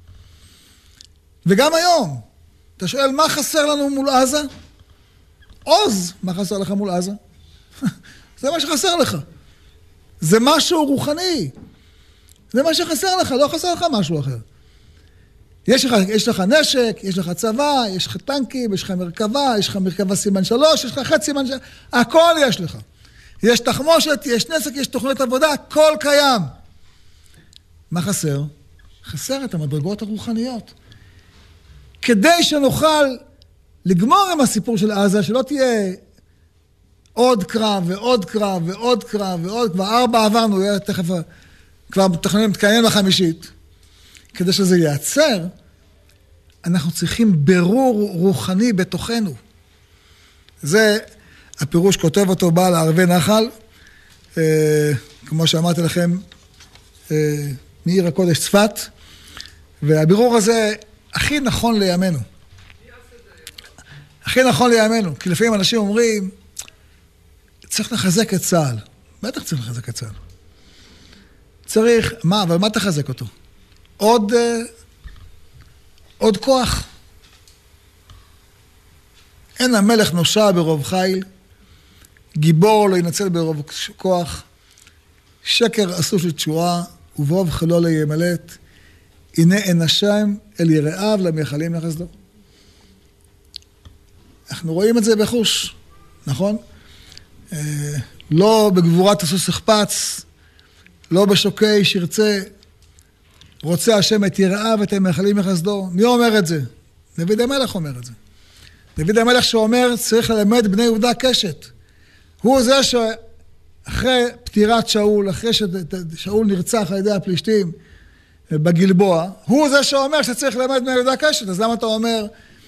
וגם היום, אתה שואל, מה חסר לנו מול עזה? עוז, מה חסר לך מול עזה? זה מה שחסר לך. זה משהו רוחני. זה מה שחסר לך, לא חסר לך משהו אחר. יש לך נשק, יש לך צבא, יש לך טנקים, יש לך מרכבה, יש לך מרכבה סימן 3, יש לך חצי סימן 3, הכל יש לך. יש תחמושת, יש נשק, יש תוכנית עבודה, הכל קיים. מה חסר? חסר את המדרגות הרוחניות. כדי שנוכל לגמור עם הסיפור של עזה, שלא תהיה עוד קרב ועוד קרב ועוד קרב ועוד, כבר 4 עברנו, תכף כבר מתכננים להתקיים בחמישית. כדי שזה ייעצר, אנחנו צריכים ברור רוחני בתוכנו. זה הפירוש כותב אותו בעל ערבי נחל, כמו שאמרתי לכם, מעיר הקודש צפת, והבירור הזה הכי נכון לימינו. הכי נכון לימינו, כי לפעמים אנשים אומרים, צריך לחזק את צה"ל. בטח צריך לחזק את צה"ל. צריך, מה, אבל מה תחזק אותו? עוד כוח. אין המלך נושע ברוב חיל, גיבור לא ינצל ברוב כוח, שקר עשו של תשועה, וברוב חילו לא ימלט, הנה אין השם אל יראיו למייחלים לחסדו. אנחנו רואים את זה בחוש, נכון? לא בגבורת הסוס יחפץ, לא בשוקי שרצה, רוצה השם את יראיו ואת המייחלים לחסדו. מי אומר את זה? דוד המלך אומר את זה. דוד המלך שאומר, צריך ללמד בני יהודה קשת. הוא זה שאחרי פטירת שאול, אחרי ששאול נרצח על ידי הפלישתים בגלבוע, הוא זה שאומר שצריך ללמד בני יהודה קשת. אז למה אתה אומר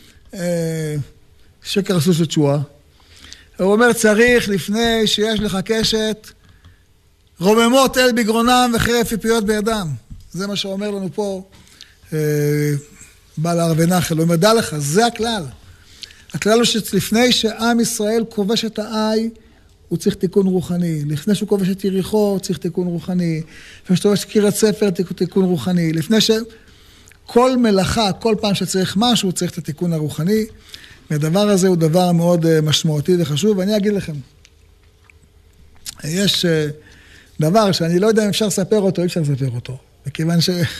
שקר הסוס ותשועה? הוא אומר, צריך לפני שיש לך קשת, רוממות אל בגרונם וחרב פיפיות בידם. זה מה שאומר לנו פה בעל ערבי נחל. הוא אומר, דע לך, זה הכלל. הכלל הוא שלפני שעם ישראל כובש את העי, הוא צריך תיקון רוחני. לפני שהוא כובש את יריחו, הוא צריך תיקון רוחני. לפני שהוא כובש קירת ספר, תיקון רוחני. לפני שכל מלאכה, כל פעם שצריך משהו, הוא צריך את התיקון הרוחני. והדבר הזה הוא דבר מאוד משמעותי וחשוב. ואני אגיד לכם, יש דבר שאני לא יודע אם אפשר לספר אותו, אי אפשר לספר אותו. מכיוון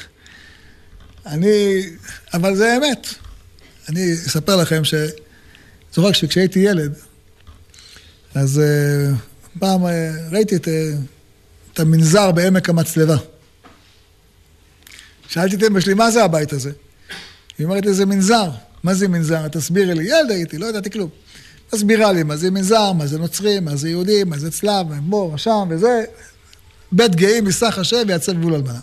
אבל זה אמת. אני אספר לכם זוכר כשהייתי ילד, אז פעם ראיתי את המנזר בעמק המצלבה. שאלתי את אמא שלי, מה זה הבית הזה? היא אומרת לי, זה מנזר. מה זה מנזר? תסבירי לי. ילד הייתי, לא ידעתי כלום. תסבירה לי, מה זה מנזר, מה זה נוצרים, מה זה יהודים, מה זה צלב, בור, שם וזה. בית גאים מסך השם ויעצב גבול אלמנה.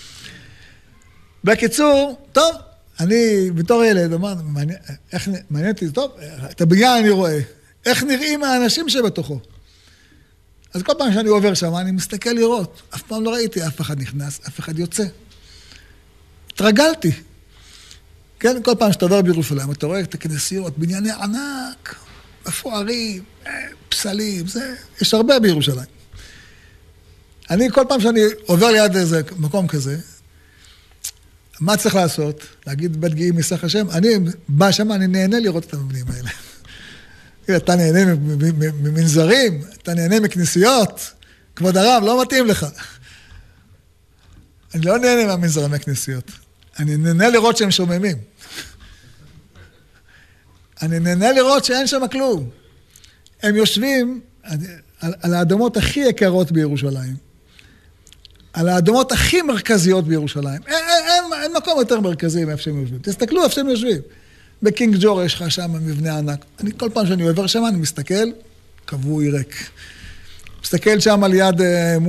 בקיצור, טוב, אני בתור ילד, אמרתי, מעניין אותי, טוב, את הבניין אני רואה, איך נראים האנשים שבתוכו. אז כל פעם שאני עובר שם, אני מסתכל לראות, אף פעם לא ראיתי, אף אחד נכנס, אף אחד יוצא. התרגלתי. כן, כל פעם שאתה עובר בירושלים, אתה רואה את הכנסיות, בנייני ענק, מפוארים, פסלים, זה, יש הרבה בירושלים. אני כל פעם שאני עובר ליד איזה מקום כזה, מה צריך לעשות? להגיד בית גאים מסך השם? אני בא שם, אני נהנה לראות את המבנים האלה. אתה נהנה ממנזרים, אתה נהנה מכנסיות, כבוד הרב, לא מתאים לך. אני לא נהנה מהמנזרים מהכנסיות. אני נהנה לראות שהם שוממים. אני נהנה לראות שאין שם כלום. הם יושבים על האדמות הכי יקרות בירושלים. על האדמות הכי מרכזיות בירושלים. אין מקום יותר מרכזי מאיפה שהם יושבים. תסתכלו איפה שהם יושבים. בקינג ג'ור יש לך שם מבנה ענק. כל פעם שאני עובר שם, אני מסתכל, קבוי ריק. מסתכל שם על יד,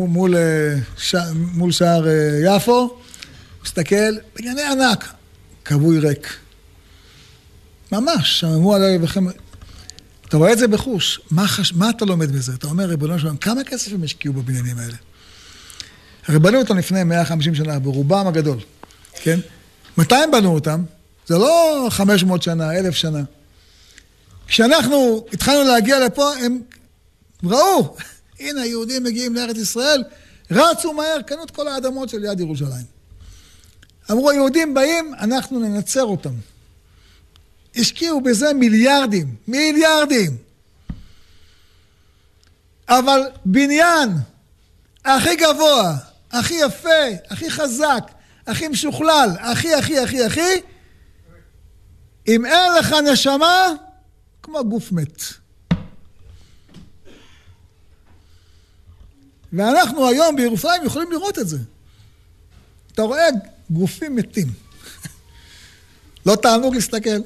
מול שער יפו, מסתכל, בנייני ענק, קבוי ריק. ממש, שממו עליי וכם. אתה רואה את זה בחוש. מה אתה לומד בזה? אתה אומר, ריבונו שלום, כמה כסף הם השקיעו בבניינים האלה? הרי בנו אותם לפני 150 שנה, ברובם הגדול, כן? מתי הם בנו אותם? זה לא 500 שנה, 1,000 שנה. כשאנחנו התחלנו להגיע לפה, הם ראו, הנה היהודים מגיעים לארץ ישראל, רצו מהר, קנו את כל האדמות של יד ירושלים. אמרו, היהודים באים, אנחנו ננצר אותם. השקיעו בזה מיליארדים, מיליארדים. אבל בניין הכי גבוה, הכי יפה, הכי חזק, הכי משוכלל, הכי, אם אין לך נשמה, כמו גוף מת. ואנחנו היום בירושלים יכולים לראות את זה. אתה רואה גופים מתים. לא תענוג להסתכל.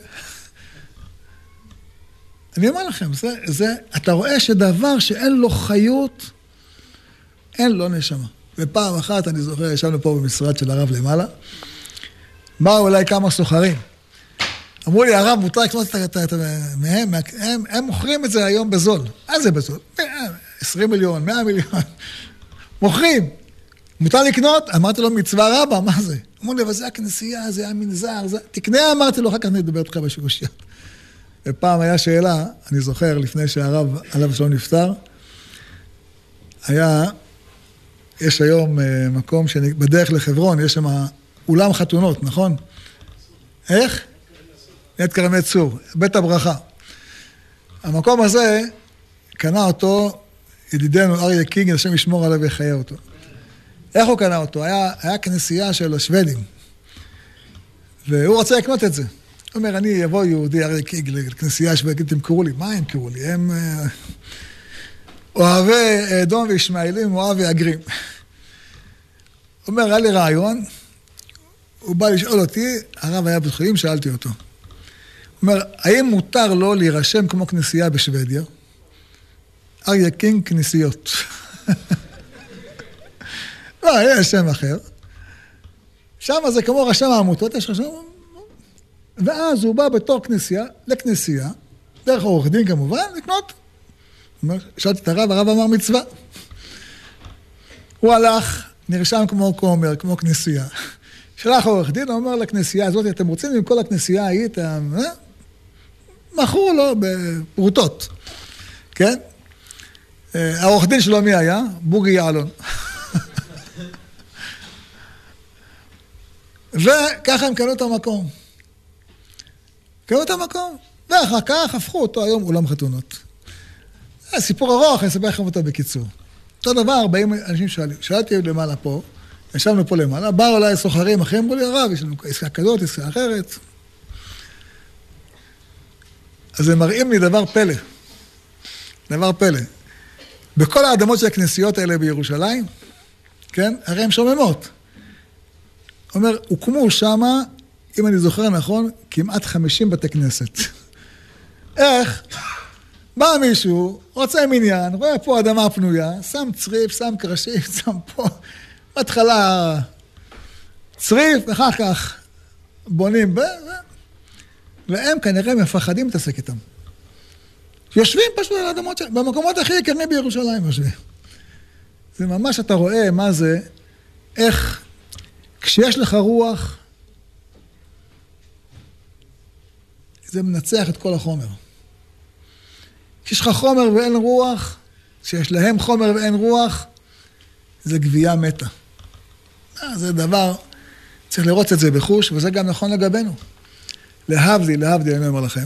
אני אומר לכם, אתה רואה שדבר שאין לו חיות, אין לו נשמה. ופעם אחת, אני זוכר, ישבנו פה במשרד של הרב למעלה, באו אולי כמה סוחרים. אמרו לי, הרב, מותר לקנות מהם, הם מוכרים את זה היום בזול. מה זה בזול? 20 מיליון, 100 מיליון. מוכרים. מותר לקנות? אמרתי לו, מצווה רבה, מה זה? אמרו לי, אבל זה הכנסייה, זה המנזר, זה... תקנה, אמרתי לו, אחר כך אני אדבר איתך בשקושיות. ופעם היה שאלה, אני זוכר, לפני שהרב עליו שלום נפטר, יש היום מקום בדרך לחברון, יש שם אולם חתונות, נכון? איך? ליד כרמי צור, בית הברכה. המקום הזה, קנה אותו ידידנו אריה קינג, השם ישמור עליו ויחיה אותו. איך הוא קנה אותו? היה כנסייה של השוודים, והוא רוצה לקנות את זה. הוא אומר, אני אבוא יהודי אריה קינג לכנסייה שבגיד, תמכרו לי. מה הם קראו לי? הם אוהבי אדום וישמעאלים, אוהבי אגרים. הוא אומר, היה לי רעיון, הוא בא לשאול אותי, הרב היה בית חולים, שאלתי אותו. הוא אומר, האם מותר לו להירשם כמו כנסייה בשוודיה? אריה קינג כנסיות. לא, יש שם אחר. שם זה כמו רשם העמותות, יש רשם... ואז הוא בא בתור כנסייה, לכנסייה, דרך עורך דין כמובן, לקנות. שאלתי את הרב אמר מצווה. הוא הלך, נרשם כמו כומר, כמו כנסייה. שלח עורך דין, הוא אומר לכנסייה הזאת, אתם רוצים עם כל הכנסייה ההיא, מכרו לו בפרוטות. כן? העורך דין שלו מי היה? בוגי יעלון. וככה הם קנו את המקום. קנו את המקום. ואחר כך הפכו אותו היום אולם חתונות. סיפור ארוך, אני אספר לכם אותו בקיצור. אותו דבר, 40 אנשים שאלתי למעלה פה, ישבנו פה למעלה, באו אליי סוחרים אחרים, אמרו לי, הרב, יש לנו עסקה כזאת, עסקה אחרת. אז הם מראים לי דבר פלא. דבר פלא. בכל האדמות של הכנסיות האלה בירושלים, כן, הרי הם שוממות. אומר, הוקמו שמה, אם אני זוכר נכון, כמעט 50 בתי כנסת. איך? בא מישהו, רוצה מניין, רואה פה אדמה פנויה, שם צריף, שם קרשים, שם פה, בהתחלה צריף, ואחר כך בונים, והם כנראה מפחדים להתעסק איתם. יושבים פשוט על האדמות שלהם, במקומות הכי יקרים בירושלים יושבים. זה ממש, אתה רואה מה זה, איך, כשיש לך רוח, זה מנצח את כל החומר. כשיש לך חומר ואין רוח, כשיש להם חומר ואין רוח, זה גבייה מתה. זה דבר, צריך לראות את זה בחוש, וזה גם נכון לגבינו. להבדיל, אני אומר לכם.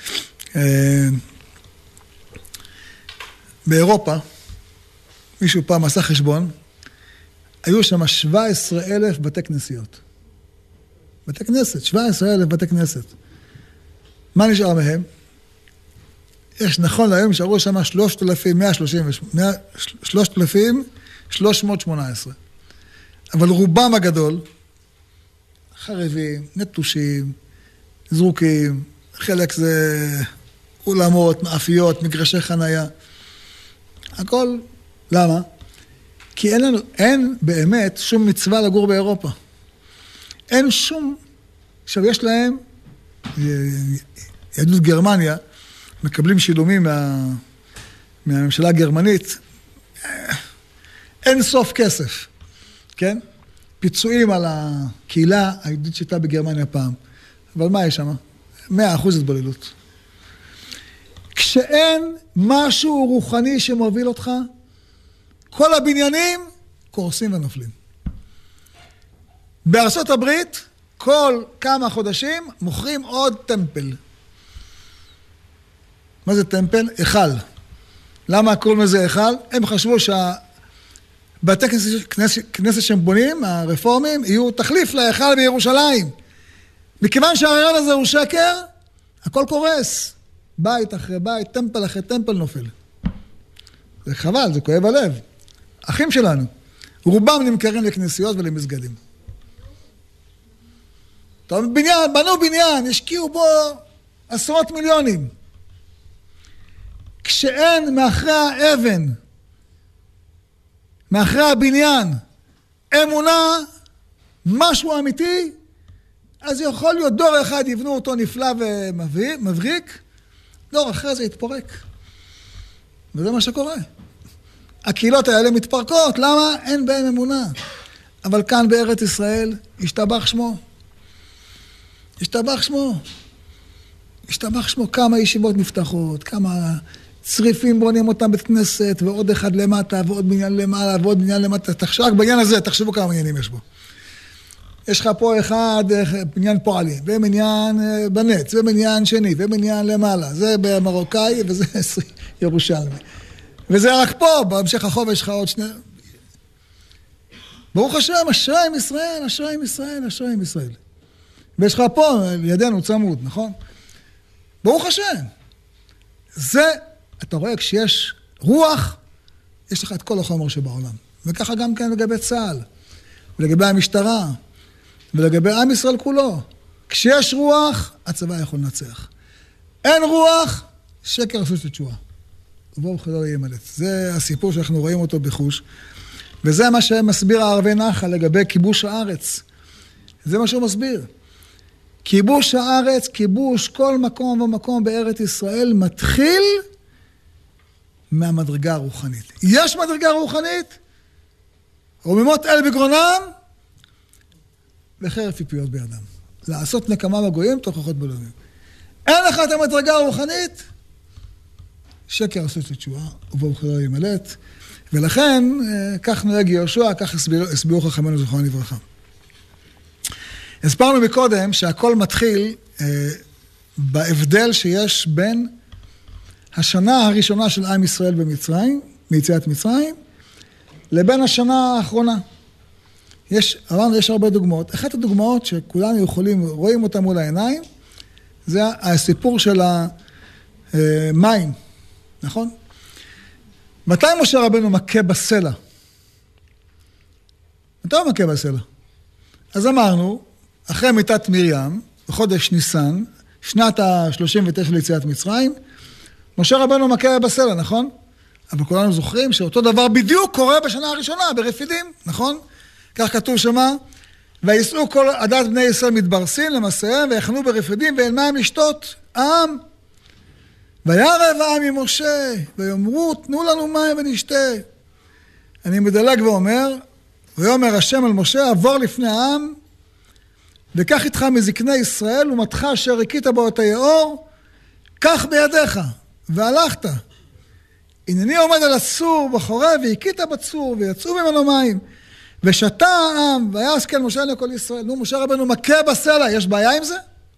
באירופה, מישהו פעם עשה חשבון, היו שם 17,000 בתי כנסיות. בתי כנסת, 17,000 בתי כנסת. מה נשאר מהם? יש נכון להיום נשארו שם 3,318. אבל רובם הגדול, חרבים, נטושים, זרוקים, חלק זה אולמות, מאפיות, מגרשי חנייה. הכל, למה? כי אין באמת שום מצווה לגור באירופה. אין שום, עכשיו יש להם, יהדות גרמניה, מקבלים שילומים מהממשלה הגרמנית, אין סוף כסף, כן? פיצויים על הקהילה היהודית שהייתה בגרמניה פעם. אבל מה יש שם? 100% התבוללות. כשאין משהו רוחני שמוביל אותך, כל הבניינים קורסים ונופלים. בארצות הברית, כל כמה חודשים מוכרים עוד טמפל. מה זה טמפל? היכל. למה קוראים לזה היכל? הם חשבו שהבתי כנסת שהם בונים, הרפורמים, יהיו תחליף להיכל בירושלים. מכיוון שהרעיון הזה הוא שקר, הכל קורס. בית אחרי בית, טמפל אחרי טמפל נופל. זה חבל, זה כואב הלב. אחים שלנו, רובם נמכרים לכנסיות ולמסגדים. טוב, בניין, בנו בניין, השקיעו בו עשרות מיליונים. כשאין מאחרי האבן, מאחרי הבניין, אמונה, משהו אמיתי, אז יכול להיות דור אחד יבנו אותו נפלא ומבריק, דור אחרי זה יתפורק. וזה מה שקורה. הקהילות האלה מתפרקות, למה? אין בהם אמונה. אבל כאן בארץ ישראל, השתבח שמו. השתבח שמו. השתבח שמו. כמה ישיבות נפתחות, כמה צריפים בונים אותם בית כנסת, ועוד אחד למטה, ועוד בניין למעלה, ועוד בניין למטה. רק בעניין הזה, תחשבו כמה בניינים יש בו. יש לך פה אחד, בניין פועלים, ובניין בנץ, ובניין שני, ובניין למעלה. זה במרוקאי, וזה ירושלמי. וזה רק פה, בהמשך החוב יש לך עוד שני... ברוך השם, אשרי עם ישראל, אשרי עם ישראל, אשרי עם ישראל. ויש לך פה, לידינו צמוד, נכון? ברוך השם. זה, אתה רואה, כשיש רוח, יש לך את כל החומר שבעולם. וככה גם כן לגבי צה"ל, ולגבי המשטרה, ולגבי עם ישראל כולו. כשיש רוח, הצבא יכול לנצח. אין רוח, שקר עשו של תשועה. ובואו חלו ימלט. זה הסיפור שאנחנו רואים אותו בחוש. וזה מה שמסביר הערבי נחל לגבי כיבוש הארץ. זה מה שהוא מסביר. כיבוש הארץ, כיבוש כל מקום ומקום בארץ ישראל, מתחיל מהמדרגה הרוחנית. יש מדרגה רוחנית, רוממות אל בגרונם, וחרב פיפיות בידם. לעשות נקמה בגויים, תוכחות בלומים. אין לך את המדרגה הרוחנית, שקר עשו לתשועה, ובואו חלו ימלט. ולכן, כך נוהג יהושע, כך הסבירו חכמינו זכרונם לברכה. הסברנו מקודם שהכל מתחיל בהבדל שיש בין השנה הראשונה של עם ישראל במצרים, מיציאת מצרים, לבין השנה האחרונה. אמרנו, יש הרבה דוגמאות. אחת הדוגמאות שכולנו רואים אותה מול העיניים, זה הסיפור של המים, נכון? מתי משה רבנו מכה בסלע? מתי הוא מכה בסלע? אז אמרנו, אחרי מיתת מרים, בחודש ניסן, שנת ה-39 ליציאת מצרים, משה רבנו מכה בסלע, נכון? אבל כולנו זוכרים שאותו דבר בדיוק קורה בשנה הראשונה, ברפידים, נכון? כך כתוב שמה, ויסעו כל עדת בני ישראל מתברסים למסעיהם, ויחנו ברפידים ואין מים לשתות, העם. וירב העם עם משה, ויאמרו, תנו לנו מים ונשתה. אני מדלג ואומר, ויאמר השם אל משה, עבור לפני העם, וקח איתך מזקני ישראל, ומתך אשר הכית בו את היאור, קח בידיך, והלכת. הנני עומד על הצור בחורב, והכית בצור, ויצאו ממנו מים. ושתה העם, ויעש כן משה לכל ישראל. נו, משה רבנו מכה בסלע, יש בעיה עם זה?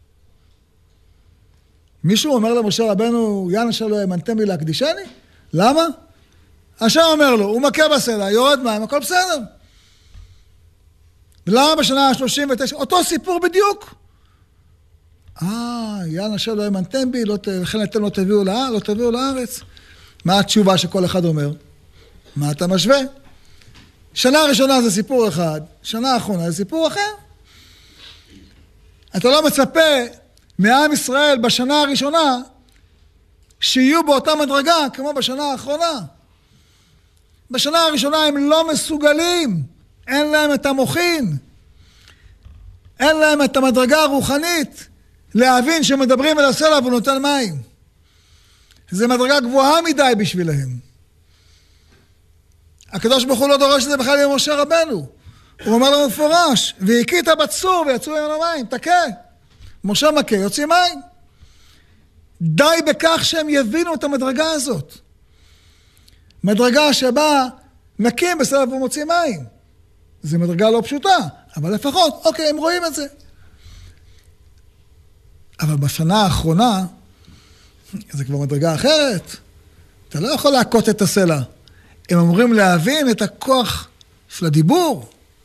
מישהו אומר למשה רבנו, יען אשר לא האמנתם בי להקדישני? למה? השם אומר לו, הוא מכה בסלע, יורד מים, הכל בסדר. ולמה בשנה ה-39? אותו סיפור בדיוק. יען אשר לא האמנתם בי, לכן אתם לא תביאו לארץ. מה התשובה שכל אחד אומר? מה אתה משווה? שנה ראשונה זה סיפור אחד, שנה האחרונה זה סיפור אחר. אתה לא מצפה מעם ישראל בשנה הראשונה שיהיו באותה מדרגה כמו בשנה האחרונה. בשנה הראשונה הם לא מסוגלים, אין להם את המוחין, אין להם את המדרגה הרוחנית להבין שמדברים אל הסלע והוא נותן מים. זה מדרגה גבוהה מדי בשבילהם. הקדוש ברוך הוא לא דורש את זה בכלל עם משה רבנו. הוא אומר לו מפורש, והכית בצור ויצאו ממנו מים, תכה. משה מכה, יוצאים מים. די בכך שהם יבינו את המדרגה הזאת. מדרגה שבה נקים בסלע ומוצאים מים. זו מדרגה לא פשוטה, אבל לפחות, אוקיי, הם רואים את זה. אבל בשנה האחרונה, זה כבר מדרגה אחרת. אתה לא יכול להכות את הסלע. הם אמורים להבין את הכוח של הדיבור.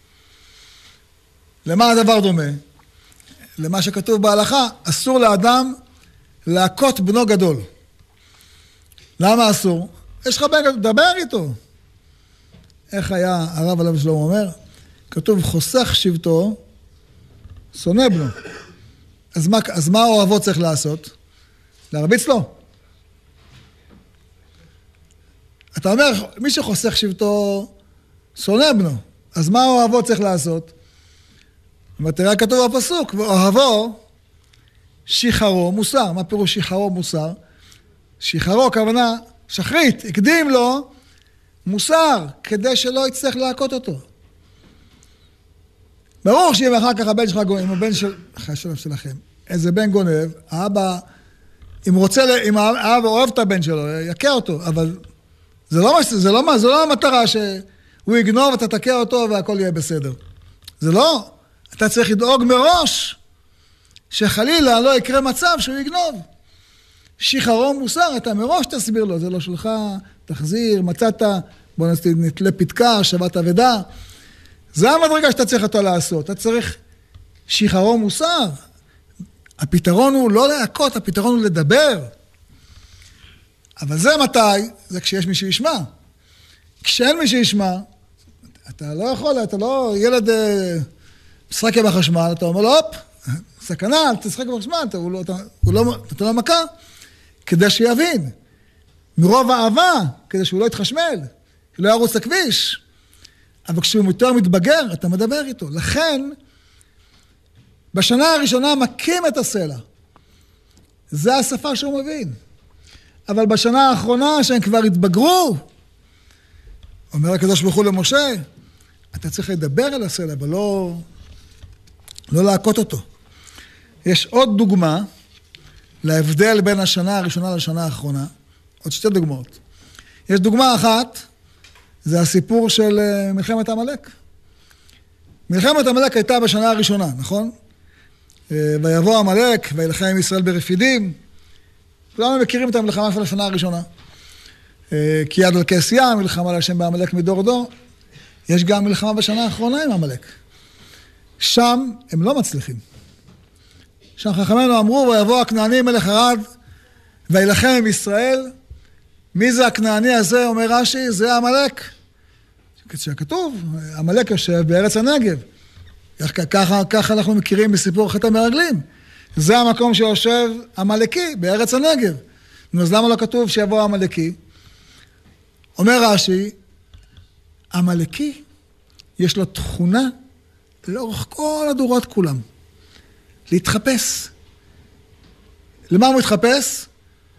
למה הדבר דומה? למה שכתוב בהלכה, אסור לאדם להכות בנו גדול. למה אסור? יש לך בן גדול, דבר איתו. איך היה הרב עליו שלום אומר? כתוב חוסך שבטו, שונא בנו. אז מה אוהבו צריך לעשות? להרביץ לו. אתה אומר, מי שחוסך שבטו, שונא בנו. אז מה אוהבו צריך לעשות? תראה כתוב בפסוק, ואוהבו, שיחרו מוסר. מה פירוש שיחרו מוסר? שיחרו, הכוונה, שחרית, הקדים לו מוסר, כדי שלא יצטרך להכות אותו. ברור שאם אחר כך הבן שלך גונב, אם הבן שלכם, איזה בן גונב, האבא, אם האבא אוהב את הבן שלו, יקה אותו, אבל זה לא המטרה שהוא יגנוב, אתה תקה אותו והכל יהיה בסדר. זה לא. אתה צריך לדאוג מראש, שחלילה לא יקרה מצב שהוא יגנוב. שיחרו מוסר, אתה מראש תסביר לו, זה לא שלך, תחזיר, מצאת, בוא נתלה פתקה, שבת אבדה. זה המדרגה שאתה צריך אותו לעשות. אתה צריך שיחרו מוסר. הפתרון הוא לא להכות, הפתרון הוא לדבר. אבל זה מתי? זה כשיש מי שישמע. כשאין מי שישמע, אתה לא יכול, אתה לא, ילד משחק בחשמל, אתה אומר לו, הופ, סכנה, אל תשחק בחשמל, אתה לא מכה, כדי שיבין. מרוב אהבה, כדי שהוא לא יתחשמל, לא ירוץ לכביש. אבל כשהוא יותר מתבגר, אתה מדבר איתו. לכן, בשנה הראשונה מכים את הסלע. זה השפה שהוא מבין. אבל בשנה האחרונה, שהם כבר התבגרו, אומר הקדוש ברוך הוא למשה, אתה צריך לדבר על הסלע, אבל לא להכות אותו. יש עוד דוגמה להבדל בין השנה הראשונה לשנה האחרונה. עוד שתי דוגמאות. יש דוגמה אחת, זה הסיפור של מלחמת עמלק. מלחמת עמלק הייתה בשנה הראשונה, נכון? ויבוא עמלק, וילחם עם ישראל ברפידים. כולנו מכירים את המלחמה של השנה הראשונה. כי יד על כס ים, מלחמה להשם בעמלק מדור דור. יש גם מלחמה בשנה האחרונה עם עמלק. שם הם לא מצליחים. שם חכמינו אמרו, ויבוא הכנעני מלך ערד, וילחם עם ישראל. מי זה הכנעני הזה, אומר רש"י? זה עמלק. שכתוב, עמלק יושב בארץ הנגב. ככה אנחנו מכירים בסיפור חטא המרגלים. זה המקום שיושב עמלקי בארץ הנגב. אז למה לא כתוב שיבוא עמלקי? אומר רש"י, עמלקי יש לו תכונה לאורך כל הדורות כולם. להתחפש. למה הוא מתחפש?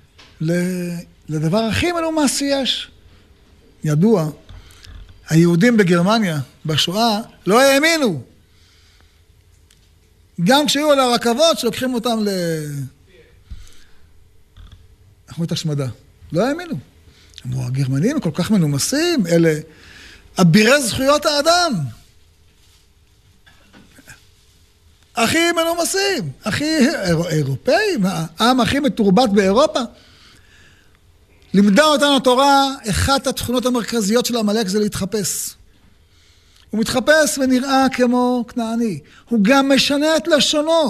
לדבר הכי מנומס יש. ידוע, היהודים בגרמניה, בשואה, לא האמינו. גם כשהיו על הרכבות שלוקחים אותם אנחנו את השמדה. לא האמינו. אמרו, הגרמנים כל כך מנומסים, אלה אבירי זכויות האדם. הכי מנומסים, הכי אירופאים, העם הכי מתורבת באירופה. לימדה אותנו התורה, אחת התכונות המרכזיות של עמלק זה להתחפש. הוא מתחפש ונראה כמו כנעני. הוא גם משנה את לשונו.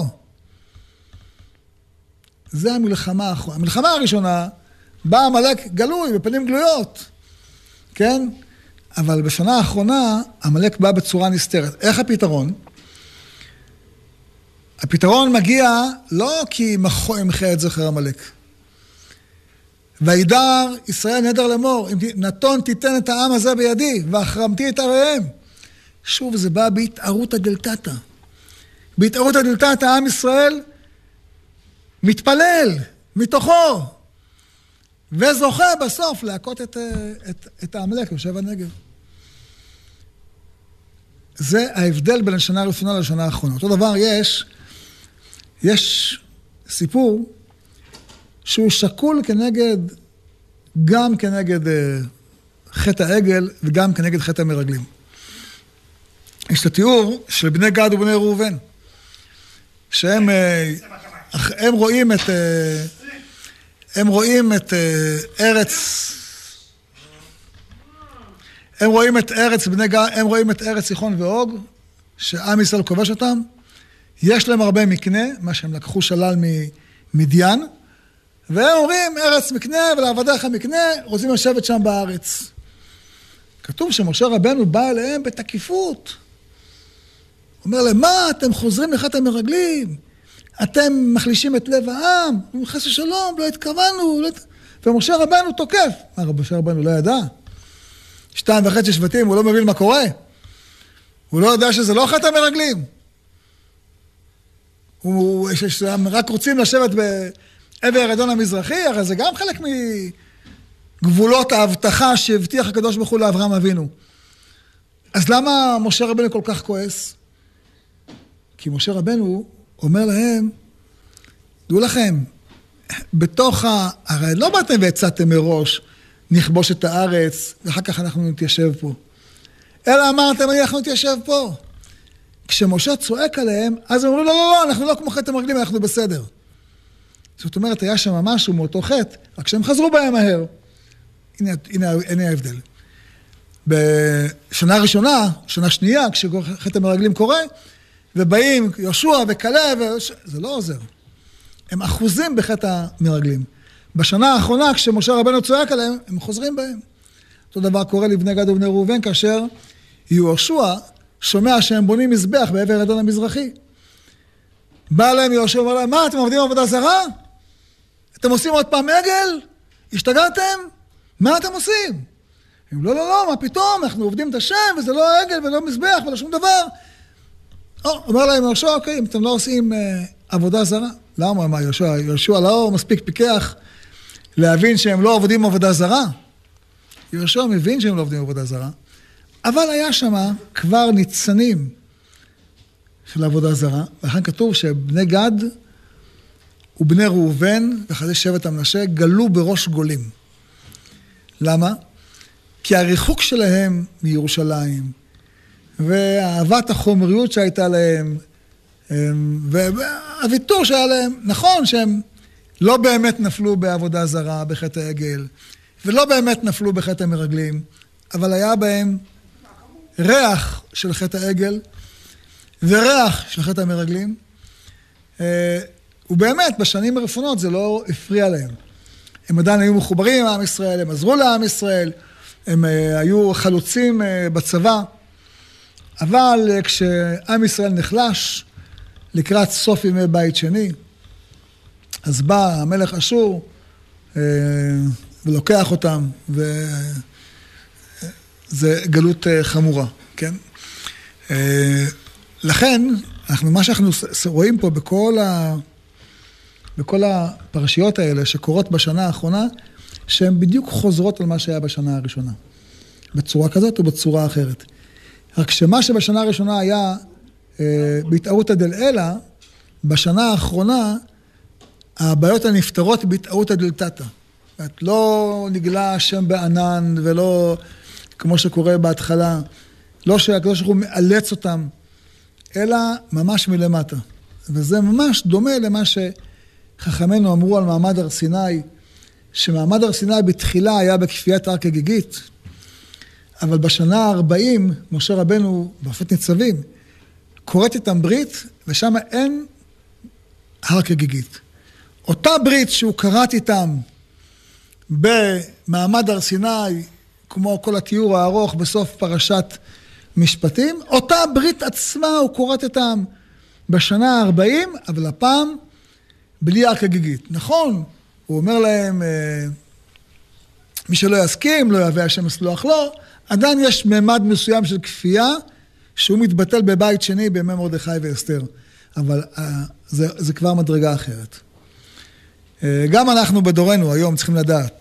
זה המלחמה האחרונה. המלחמה הראשונה, בא עמלק גלוי, בפנים גלויות. כן? אבל בשנה האחרונה, עמלק בא בצורה נסתרת. איך הפתרון? הפתרון מגיע לא כי ימחה את זכר עמלק. וידר ישראל נדר לאמור, אם נתון תיתן את העם הזה בידי, והחרמתי את עריהם. שוב, זה בא בהתערות הדלתתא. בהתערות הדלתתא, העם ישראל מתפלל מתוכו, וזוכה בסוף להכות את העמלק, יושב הנגב. זה ההבדל בין השנה הראשונה לשנה האחרונה. אותו דבר יש סיפור שהוא שקול גם כנגד חטא העגל וגם כנגד חטא המרגלים. יש את התיאור של בני גד ובני ראובן, שהם רואים את ארץ, הם רואים את ארץ סיחון ואוג, שעם ישראל כובש אותם, יש להם הרבה מקנה, מה שהם לקחו שלל ממדיין, והם אומרים, ארץ מקנה ולעבדיך מקנה, רוצים לשבת שם בארץ. כתוב שמשה רבנו בא אליהם בתקיפות. אומר להם, מה, אתם חוזרים לחטא המרגלים? אתם מחלישים את לב העם? חס ושלום, לא התכוונו. ומשה רבנו תוקף. משה רבנו לא ידע. 2.5 שבטים, הוא לא מבין מה קורה. הוא לא יודע שזה לא חטא המרגלים. הם רק רוצים לשבת בעבר אדון המזרחי, הרי זה גם חלק מגבולות ההבטחה שהבטיח הקדוש ברוך הוא לאברהם אבינו. אז למה משה רבנו כל כך כועס? כי משה רבנו אומר להם, דעו לכם, הרי לא באתם והצעתם מראש, נכבוש את הארץ, ואחר כך אנחנו נתיישב פה. אלא אמרתם, אנחנו נתיישב פה. כשמשה צועק עליהם, אז הם אמרו, לא, אנחנו לא כמו חטא המרגלים, אנחנו בסדר. זאת אומרת, היה שם משהו מאותו חטא, רק שהם חזרו בהם מהר. הנה ההבדל. בשנה ראשונה, שנה שנייה, כשחטא המרגלים קורה, ובאים יהושע וכלב, זה לא עוזר. הם אחוזים בחטא המרגלים. בשנה האחרונה, כשמשה רבנו צועק עליהם, הם חוזרים בהם. אותו דבר קורה לבני גד ובני ראובן, כאשר יהושע שומע שהם בונים מזבח בעבר אדון המזרחי. בא להם יהושע ואומר להם, מה, אתם עובדים עבודה זרה? אתם עושים עוד פעם עגל? השתגעתם? מה אתם עושים? הם לא, מה פתאום? אנחנו עובדים את השם, וזה לא עגל ולא מזבח ולא שום דבר. אומר להם יהושע, אוקיי, אם אתם לא עושים עבודה זרה. למה? מה, יהושע לא מספיק פיקח להבין שהם לא עובדים עבודה זרה. יהושע מבין שהם לא עובדים עבודה זרה, אבל היה שם כבר ניצנים של עבודה זרה, ולכן כתוב שבני גד ובני ראובן וחצי שבט המנשה גלו בראש גולים. למה? כי הריחוק שלהם מירושלים, ואהבת החומריות שהייתה להם, והוויתור שהיה להם, נכון שהם לא באמת נפלו בעבודה זרה, בחטא העגל, ולא באמת נפלו בחטא המרגלים, אבל היה בהם ריח של חטא העגל, וריח של חטא המרגלים, ובאמת בשנים הראשונות זה לא הפריע להם. הם עדיין היו מחוברים לעם ישראל, הם עזרו לעם ישראל, הם היו חלוצים בצבא, אבל כשעם ישראל נחלש לקראת סוף ימי בית שני, אז בא המלך אשור ולוקח אותם, וזה גלות חמורה, כן? לכן, מה שאנחנו רואים פה בכל הפרשיות האלה שקורות בשנה האחרונה, שהן בדיוק חוזרות על מה שהיה בשנה הראשונה. בצורה כזאת או בצורה אחרת. רק שמה שבשנה הראשונה היה בהתערותא דלעילא, בשנה האחרונה הבעיות הנפתרות בהתערותא דלתתא. זאת אומרת, לא נגלה השם בענן ולא כמו שקורה בהתחלה, לא שהקדוש ברוך הוא מאלץ אותם, אלא ממש מלמטה. וזה ממש דומה למה שחכמינו אמרו על מעמד הר סיני, שמעמד הר סיני בתחילה היה בכפיית הר כגיגית, אבל בשנה ה-40, משה רבנו בעופות ניצבים, קוראת איתם ברית, ושם אין הר כגיגית. אותה ברית שהוא קראת איתם במעמד הר סיני, כמו כל התיאור הארוך בסוף פרשת משפטים, אותה ברית עצמה הוא קוראת איתם בשנה ה-40, אבל הפעם בלי הר כגיגית. נכון, הוא אומר להם, מי שלא יסכים, לא יהווה השם יסלוח לו, עדיין יש ממד מסוים של כפייה, שהוא מתבטל בבית שני בימי מרדכי ואסתר. אבל זה כבר מדרגה אחרת. גם אנחנו בדורנו היום צריכים לדעת,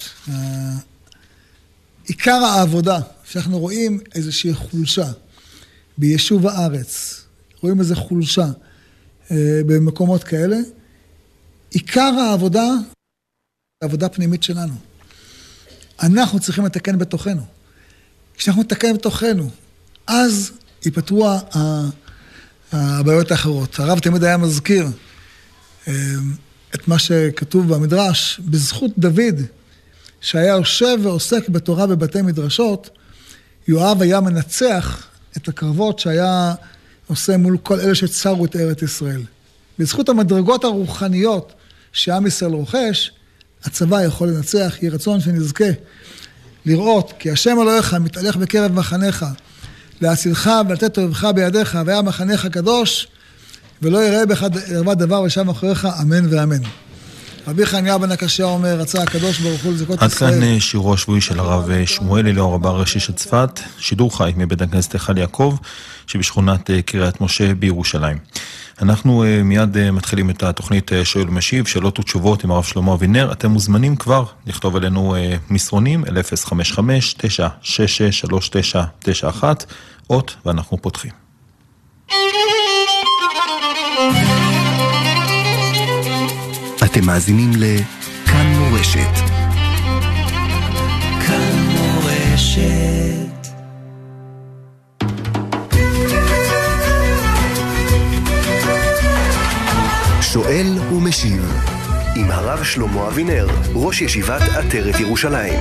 עיקר העבודה, שאנחנו רואים איזושהי חולשה ביישוב הארץ, רואים איזו חולשה במקומות כאלה, עיקר העבודה, העבודה פנימית שלנו. אנחנו צריכים לתקן בתוכנו. כשאנחנו נתקן בתוכנו, אז ייפתרו הבעיות האחרות. הרב תמיד היה מזכיר את מה שכתוב במדרש, בזכות דוד, שהיה יושב ועוסק בתורה בבתי מדרשות, יואב היה מנצח את הקרבות שהיה עושה מול כל אלה שצרו את ארץ ישראל. בזכות המדרגות הרוחניות שעם ישראל רוכש, הצבא יכול לנצח, יהי רצון שנזכה לראות, כי השם אלוהיך מתהלך בקרב מחניך, להצילך ולתת אוהבך בידיך, והיה מחנך הקדוש, ולא יראה בך ערווה דבר ושם אחריך, אמן ואמן. רבי חניה בן הקשיא אומר, רצה הקדוש ברוך הוא לזכות ישראל. עד כאן שירו השבועי של הרב שמואל אליהו, רבה הראשי של צפת, שידור חי מבית הכנסת היכל יעקב, שבשכונת קריית משה בירושלים. אנחנו מיד מתחילים את התוכנית שואל ומשיב, שאלות ותשובות עם הרב שלמה אבינר. אתם מוזמנים כבר לכתוב אלינו מסרונים, 055-966-3991, אות, ואנחנו פותחים. אתם מאזינים לכאן מורשת. כאן מורשת. שואל ומשיב עם הרב שלמה אבינר, ראש ישיבת עטרת ירושלים.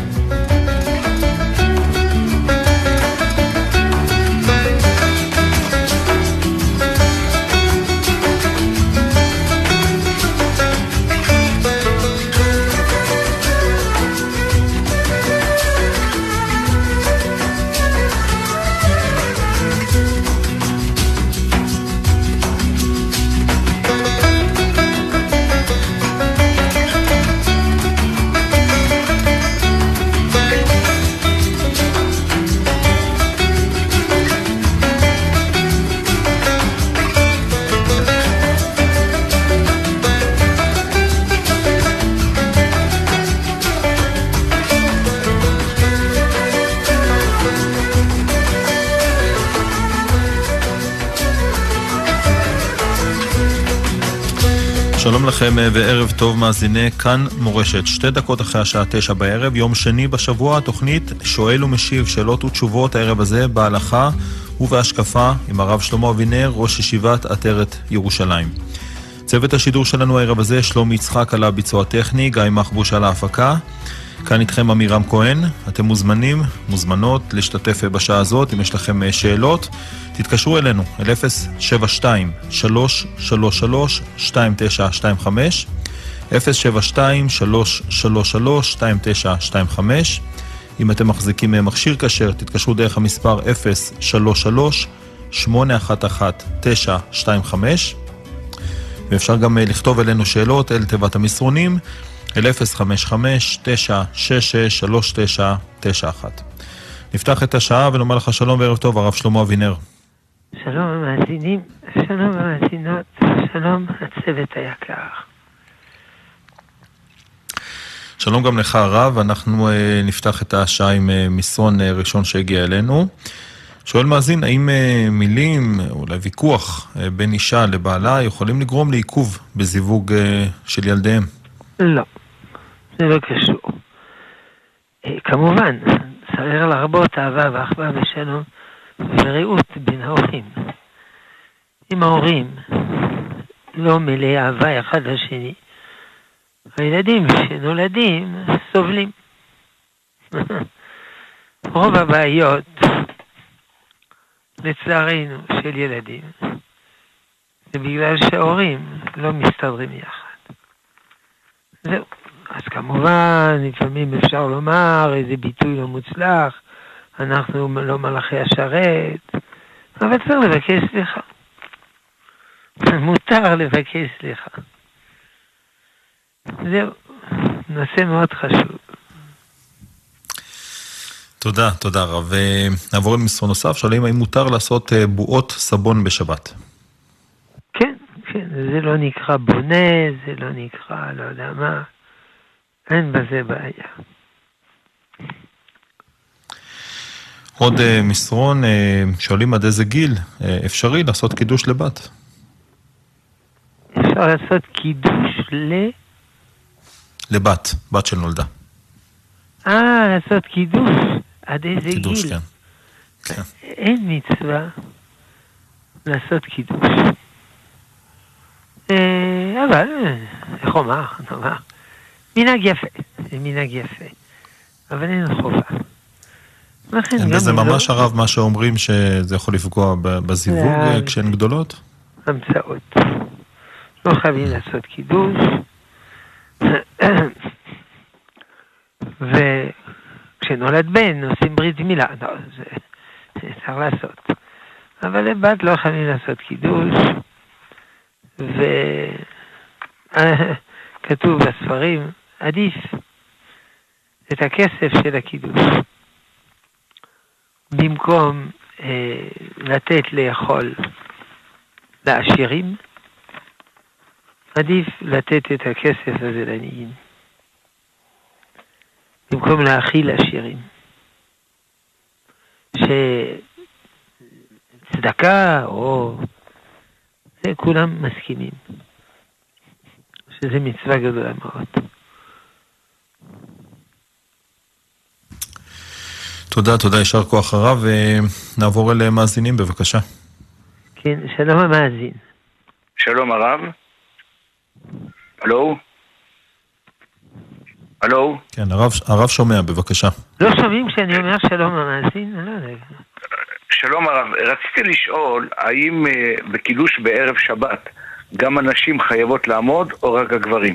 שלום לכם וערב טוב מאזיני כאן מורשת. 2 דקות אחרי השעה 9 בערב, יום שני בשבוע, התוכנית שואל ומשיב, שאלות ותשובות הערב הזה בהלכה ובהשקפה עם הרב שלמה אבינר, ראש ישיבת עטרת ירושלים. צוות השידור שלנו הערב הזה, שלום יצחק על הביצוע הטכני, גיא מחבוש על ההפקה. כאן איתכם אמירם כהן. אתם מוזמנים, מוזמנות להשתתף בשעה הזאת. אם יש לכם שאלות, תתקשרו אלינו, 072-333-2925, 072-333-2925. אם אתם מחזיקים מכשיר כשר, תתקשרו דרך המספר 033-811-925. ואפשר גם לכתוב אלינו שאלות אל תיבת המסרונים, 055-966-3991. נפתח את השעה ונאמר לך שלום וערב טוב, הרב שלמה אבינר. שלום המאזינים, שלום המאזינות, שלום הצוות היקר. שלום גם לך הרב, אנחנו נפתח את השעה עם מסרון ראשון שהגיע אלינו. שואל מאזין, האם מילים, אולי ויכוח בין אישה לבעלה יכולים לגרום לעיכוב בזיווג של ילדיהם? לא, זה לא קשור. כמובן, צריך להרבות אהבה ואחווה ושלום ורעות בין ההורים. אם ההורים לא מלאי אהבה אחד לשני, הילדים שנולדים סובלים. רוב הבעיות, לצערנו, של ילדים, זה בגלל שההורים לא מסתדרים יחד. זהו. אז כמובן, לפעמים אפשר לומר איזה ביטוי לא מוצלח, אנחנו לא מלאכי השרת, אבל צריך לבקש סליחה. מותר לבקש סליחה. זהו, נושא מאוד חשוב. תודה, תודה רב. נעבור למסרון נוסף, שואלים האם מותר לעשות בועות סבון בשבת? כן, כן, זה לא נקרא בונה, זה לא נקרא, לא יודע מה. אין בזה בעיה. עוד מסרון, שואלים עד איזה גיל אפשרי לעשות קידוש לבת? אפשר לעשות קידוש לבת, בת שנולדה. לעשות קידוש עד איזה גיל? קידוש, כן. אין מצווה לעשות קידוש. אבל, איך אומר? מנהג יפה, זה מנהג יפה, אבל אין חובה. וזה ממש הרב מה שאומרים שזה יכול לפגוע בזיווג כשהן גדולות? המצאות. לא חייבים לעשות קידוש, וכשנולד בן עושים ברית מילה. לא, צריך לעשות. אבל לבת לא יכולים לעשות קידוש, וכתוב בספרים, עדיף את הכסף של הקידוש. במקום לתת לאכול לעשירים, עדיף לתת את הכסף הזה לעניים. במקום להאכיל עשירים. שצדקה או... זה כולם מסכימים. שזה מצווה גדולה מאוד. תודה, תודה, ישר כוח הרב, ונעבור אל מאזינים, בבקשה. כן, שלום המאזין. שלום הרב. הלו? הלו? כן, הרב שומע, בבקשה. לא שומעים כשאני אומר שלום המאזין? לא יודע. שלום הרב, רציתי לשאול, האם בקידוש בערב שבת גם הנשים חייבות לעמוד או רק הגברים?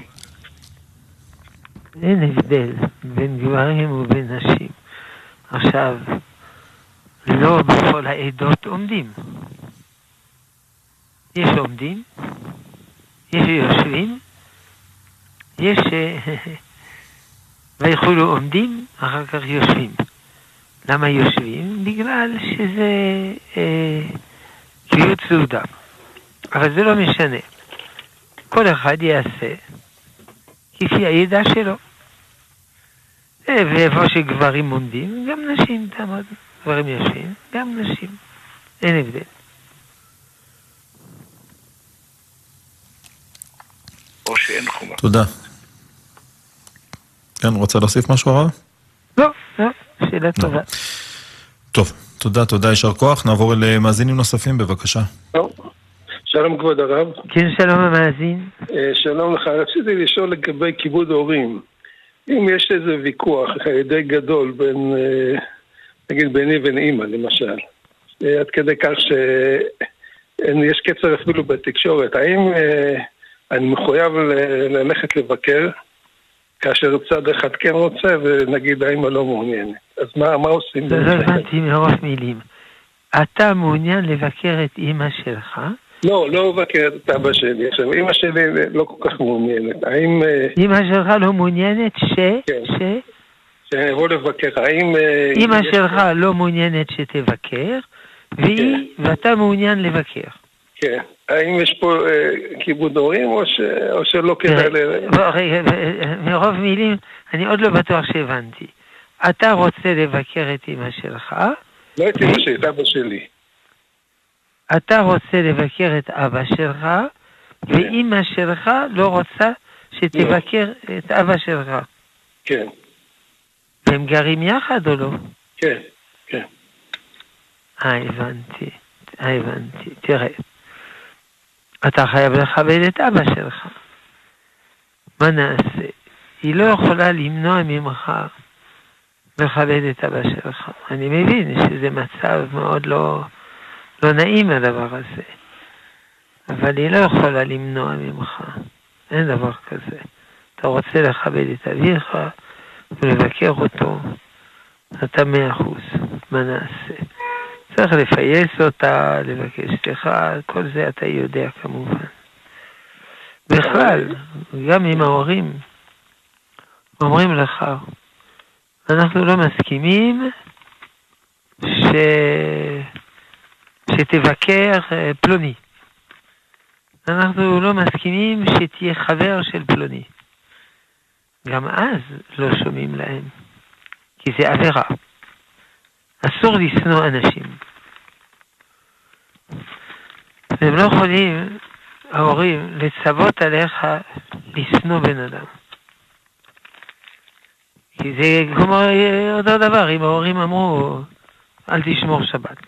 אין הבדל בין גברים ובין נשים. עכשיו, לא בכל העדות עומדים. יש עומדים, יש יושבים, יש ויכולו עומדים, אחר כך יושבים. למה יושבים? בגלל שזה קביעות סעודה. אבל זה לא משנה. כל אחד יעשה כפי הידע שלו. ואיפה שגברים עומדים, גם נשים תעמוד. גברים יושבים, גם נשים. אין הבדל. או שאין חובה. תודה. כן, רוצה להוסיף משהו הרב? לא, שאלה טובה. טוב, תודה, תודה, ישר כוח. נעבור אל מאזינים נוספים, בבקשה. שלום כבוד הרב. כן, שלום המאזין. שלום לך, רציתי לשאול לגבי כיבוד הורים. אם יש איזה ויכוח די גדול בין, נגיד ביני ובין אמא למשל, עד כדי כך שיש קצר אפילו בתקשורת, האם אני מחויב ללכת לבקר כאשר צד אחד כן רוצה ונגיד האמא לא מעוניינת? אז מה עושים? לא הבנתי מרוב מילים. אתה מעוניין לבקר את אמא שלך? לא מבקר את אבא שלי. עכשיו, אמא שלי לא כל כך מעוניינת. האם... אמא שלך לא מעוניינת שאני אבוא לבקר. האם... אמא שלך לא מעוניינת שתבקר, ואתה מעוניין לבקר. כן. האם יש פה כיבוד הורים או שלא כדאי רגע, מרוב מילים, אני עוד לא בטוח שהבנתי. אתה רוצה לבקר את אמא שלך? לא את אמא שלי, את אבא שלי. אתה רוצה לבקר את אבא שלך, ואמא שלך לא רוצה שתבקר את אבא שלך. כן. והם גרים יחד או לא? כן. הבנתי. תראה, אתה חייב לכבד את אבא שלך. מה נעשה? היא לא יכולה למנוע ממך לכבד את אבא שלך. אני מבין שזה מצב מאוד לא נעים הדבר הזה. אבל היא לא יכולה למנוע ממך. אין דבר כזה. אתה רוצה לכבד את אביך ולבקר אותו. אתה 100%. מה נעשה? צריך לפייס אותה, לבקש סליחה, כל זה אתה יודע כמובן. בכלל, גם עם ההורים, אומרים לך, אנחנו לא מסכימים שתבקר פלוני. אנחנו לא מסכימים שתהיה חבר של פלוני. גם אז לא שומעים להם, כי זה עבירה. אסור לשנוא אנשים. הם לא יכולים, ההורים, לצוות עליך לשנוא בן אדם. כי זה כמו אותו דבר, אם ההורים אמרו, אל תשמור שבת.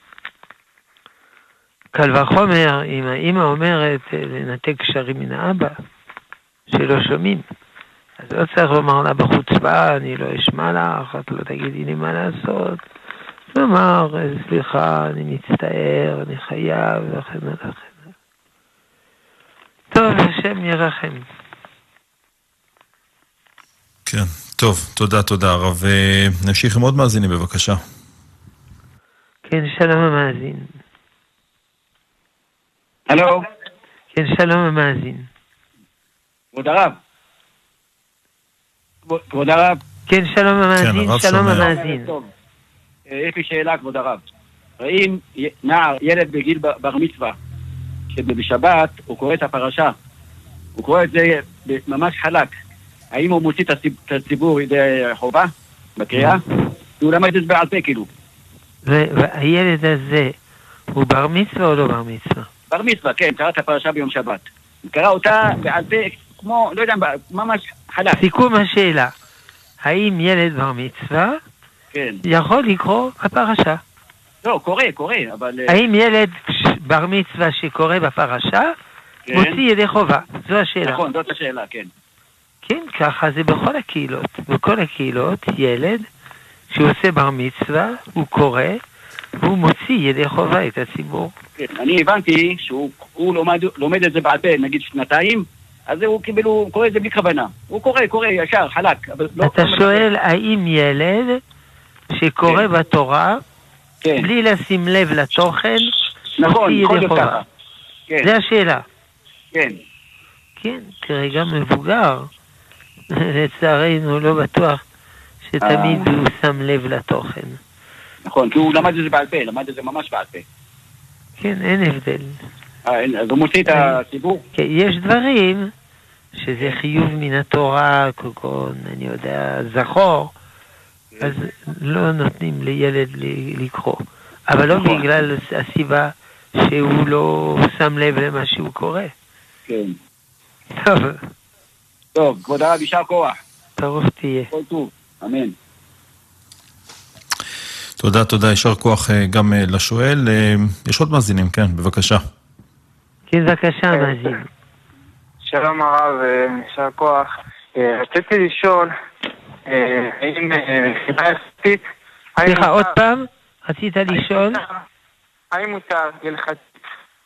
קל וחומר, אם האמא אומרת לנתק קשרים מן האבא, שלא שומעים. אז לא צריך לומר לה בחוצפה, אני לא אשמע לך, את לא תגידי לי מה לעשות. לומר, סליחה, אני מצטער, אני חייב, וכן הלאה. טוב, השם ירחם. כן, טוב, תודה, הרב. נמשיך עם עוד מאזינים, בבקשה. כן, שלום המאזין. הלו? כן, שלום המאזין. כבוד הרב. כבוד הרב. כן, שלום המאזין, הרב שלום שומע. המאזין. יש לי שאלה, כבוד הרב. האם נער, ילד בגיל בר מצווה, שבשבת הוא קורא את הפרשה, הוא קורא את זה ממש חלק, האם הוא מוציא את הציבור ידי חובה בקריאה? הוא למד את זה בעל פה כאילו. והילד הזה הוא בר מצווה או לא בר מצווה? בר מצווה, כן, קרא את הפרשה ביום שבת. הוא קרא אותה בעל פה כמו, לא יודע, ממש חלק. סיכום השאלה, האם ילד בר מצווה כן. יכול לקרוא הפרשה? לא, קורא, אבל... האם ילד בר מצווה שקורא בפרשה כן. מוציא ידי חובה? זו השאלה. נכון, זאת השאלה, כן. כן, ככה זה בכל הקהילות. בכל הקהילות ילד שהוא עושה בר מצווה, הוא קורא, והוא מוציא ידי חובה את הציבור. כן. אני הבנתי שהוא לומד את זה בעל פה, נגיד 2, אז הוא קורא את זה בלי כוונה. הוא קורא ישר, חלק. אתה שואל האם ילד שקורא בתורה, כן. בלי לשים לב לתוכן, נכון, מוציא ידי חובה. כן. זה השאלה. כן. כן, כרגע מבוגר. לצערנו לא בטוח שתמיד הוא שם לב לתוכן. נכון, כי הוא למד את זה בעל פה, למד את זה ממש בעל פה. כן, אין הבדל. אז הוא מוציא את הציבור? כן, יש דברים שזה חיוב מן התורה, כגון, אני יודע, זכור, אז לא נותנים לילד לקרוא. אבל לא בגלל הסיבה שהוא לא שם לב למה שהוא קורא. כן. טוב. טוב, כבוד הרב, יישר כוח. טוב תהיה. כל טוב, אמן. תודה, יישר כוח גם לשואל. יש עוד מאזינים, כן, בבקשה. כן, בבקשה, מאזין. שלום הרב, יישר כוח. רציתי לשאול, האם חיבה הלכתית... סליחה, עוד פעם? רצית לשאול? האם מותר הלכתית?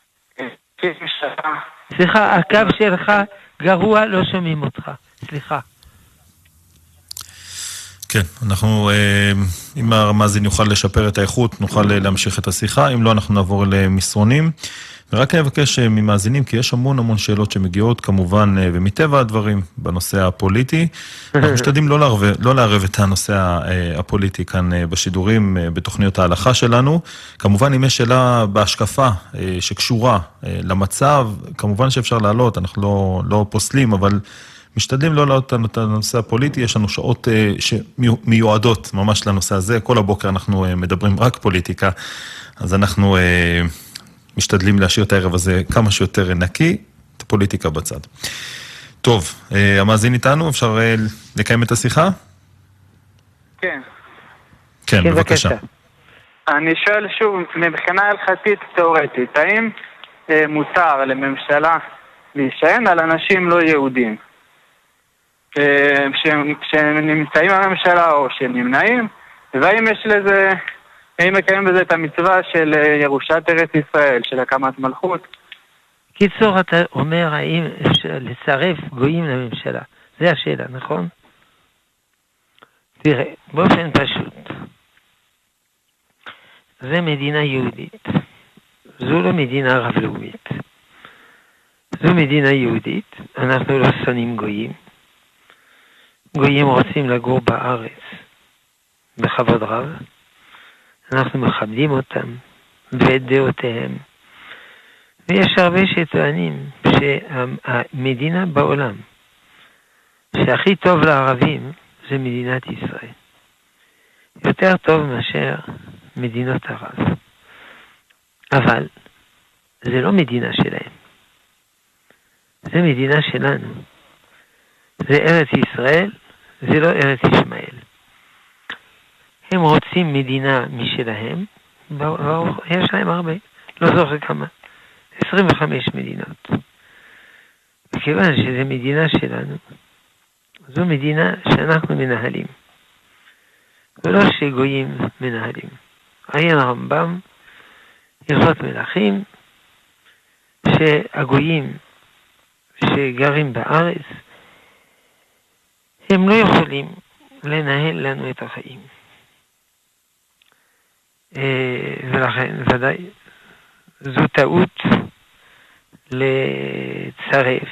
סליחה, הקו שלך גרוע, לא שומעים אותך. סליחה. כן, אנחנו, אם המאזין יוכל לשפר את האיכות, נוכל להמשיך את השיחה, אם לא, אנחנו נעבור למסרונים. ורק נבקש ממאזינים, כי יש המון שאלות שמגיעות, כמובן, ומטבע הדברים, בנושא הפוליטי. אנחנו משתדלים לא לערב את הנושא הפוליטי כאן בשידורים, בתוכניות ההלכה שלנו. כמובן, אם יש שאלה בהשקפה שקשורה למצב, כמובן שאפשר לעלות, אנחנו לא פוסלים, אבל משתדלים לא לעלות את הנושא הפוליטי, יש לנו שעות שמיועדות ממש לנושא הזה, כל הבוקר אנחנו מדברים רק פוליטיקה, אז אנחנו משתדלים להשאיר את הערב הזה כמה שיותר נקי, את הפוליטיקה בצד. טוב, המאזין איתנו, אפשר לקיים את השיחה? כן. כן, בבקשה. אני שואל שוב, מבחינה הלכתית תיאורטית, האם מותר לממשלה להישען על אנשים לא יהודים? שנמצאים בממשלה או שנמנעים, והאם יש לזה, האם מקיים בזה את המצווה של ירושת ארץ ישראל, של הקמת מלכות? קיצור, אתה אומר האם אפשר לצרף גויים לממשלה. זה השאלה, נכון? תראה, באופן פשוט, זה מדינה יהודית. זו לא מדינה רב-לאומית. זו מדינה יהודית, אנחנו לא שונאים גויים. גויים רוצים לגור בארץ בכבוד רב. אנחנו מכבדים אותם ואת דעותיהם. ויש הרבה שטוענים שהמדינה בעולם שהכי טוב לערבים זה מדינת ישראל. יותר טוב מאשר מדינות ערב. אבל זה לא מדינה שלהם. זה מדינה שלנו. זה ארץ ישראל, זה לא ארץ ישמעאל. הם רוצים מדינה משלהם, יש להם הרבה, לא זוכר כמה, 25 מדינות. וכיוון שזו מדינה שלנו, זו מדינה שאנחנו מנהלים. ולא שגויים מנהלים. עיין הרמב"ם, הלכות מלכים, שהגויים שגרים בארץ, הם לא יכולים לנהל לנו את החיים. ולכן ודאי זו טעות לצרף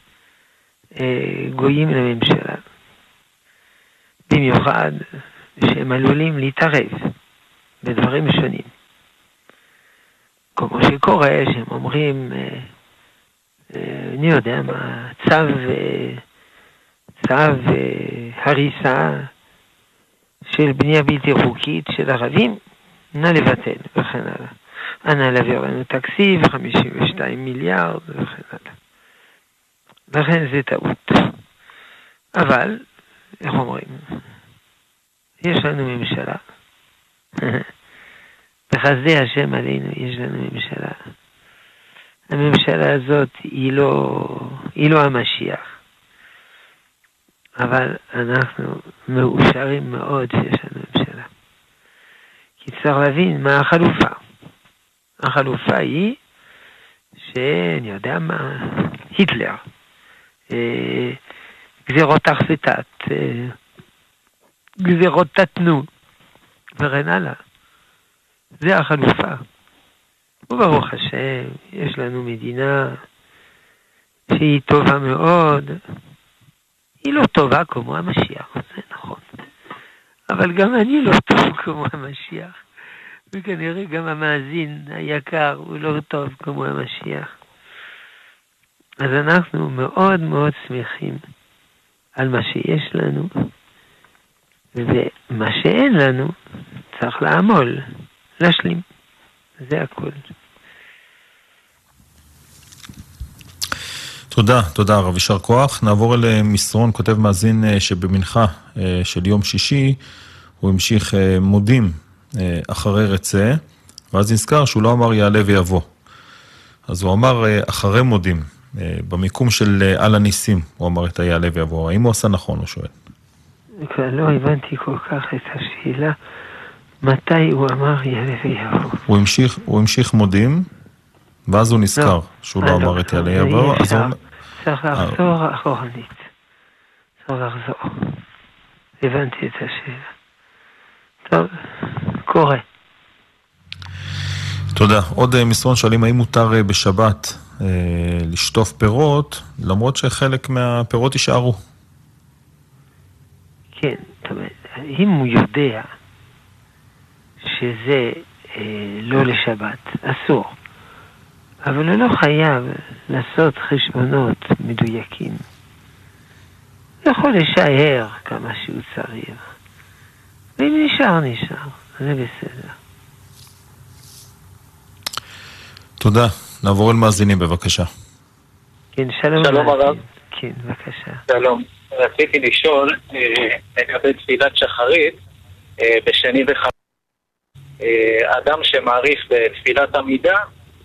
גויים לממשלה, במיוחד שהם עלולים להתערב בדברים שונים, כמו שקורה שהם אומרים אני יודע מה, צו הריסה של בנייה בלתי חוקית של ערבים, נא לבטל וכן הלאה. אנא להעביר לנו תקציב 52 מיליארד וכן הלאה. לכן זה טעות. אבל, איך אומרים? יש לנו ממשלה. בחסדי השם עלינו יש לנו ממשלה. הממשלה הזאת היא לא המשיח. אבל אנחנו מאושרים מאוד שיש לנו ממשלה. כי צריך להבין מה החלופה. החלופה היא שאני יודע מה, היטלר, גזירות תחפתת, גזירות תתנו, וכן הלאה. זה החלופה. וברוך השם, יש לנו מדינה שהיא טובה מאוד. היא לא טובה כמו המשיח, זה נכון. אבל גם אני לא טוב כמו המשיח. וכנראה גם המאזין היקר הוא לא טוב כמו המשיח. אז אנחנו מאוד מאוד שמחים על מה שיש לנו, ומה שאין לנו צריך לעמול, להשלים. זה הכל. תודה רב, יישר כוח. נעבור אל מסרון, כותב מאזין שבמנחה של יום שישי הוא המשיך מודים אחרי רצה, ואז נזכר שהוא לא אמר יעלה ויבוא. אז הוא אמר אחרי מודים, במיקום של על הניסים, הוא אמר את היעלה ויבוא. האם הוא עשה נכון, הוא שואל? לא הבנתי כל כך את השאלה, מתי הוא אמר יעלה ויבוא? הוא המשיך מודים, ואז הוא נזכר שהוא לא אמר את יעלה ויבוא. צריך לחזור אחורנית. צריך לחזור. הבנתי את השאלה. טוב, קורה. תודה. עוד מסרון שואלים האם מותר בשבת לשטוף פירות, למרות שחלק מהפירות יישארו. כן, אם הוא יודע שזה לא לשבת, אסור. אבל הוא לא חייב לעשות חשבונות מדויקים. הוא יכול לשער כמה שהוא צריך. ואם נשאר, זה בסדר. תודה. נעבור אל מאזינים, בבקשה. כן, שלום. שלום הרב. כן, בבקשה. שלום. רציתי לשאול לגבי תפילת שחרית בשני וחמישי. אדם שמעריך בתפילת עמידה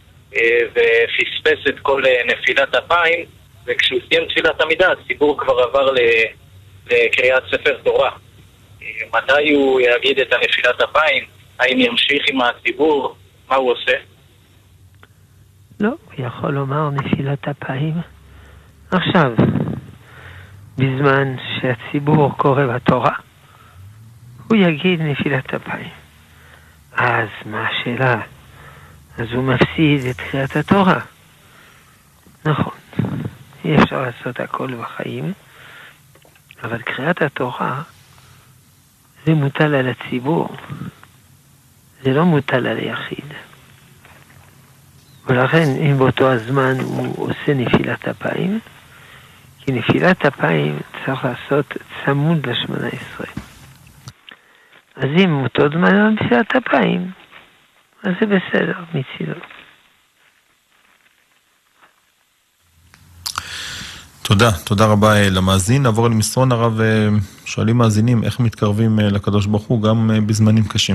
ופספס את כל נפילת אפיים, וכשהוא סיים תפילת עמידה הציבור כבר עבר לקריאת ספר תורה. מתי הוא יגיד את הנפילת אפיים? האם ימשיך עם הציבור? מה הוא עושה? לא, הוא יכול לומר נפילת אפיים עכשיו, בזמן שהציבור קורא בתורה, הוא יגיד נפילת אפיים. אז מה השאלה? אז הוא מפסיד את קריאת התורה. נכון, אי אפשר לעשות הכל בחיים, אבל קריאת התורה זה מוטל על הציבור, זה לא מוטל על היחיד. ולכן אם באותו הזמן הוא עושה נפילת אפיים, כי נפילת אפיים צריך לעשות צמוד ל-18. אז אם אותו זמן הוא נפילת אפיים, אז זה בסדר, מצידו. תודה רבה למאזין. נעבור למסרון הרב, שואלים מאזינים איך מתקרבים לקדוש ברוך הוא גם בזמנים קשים.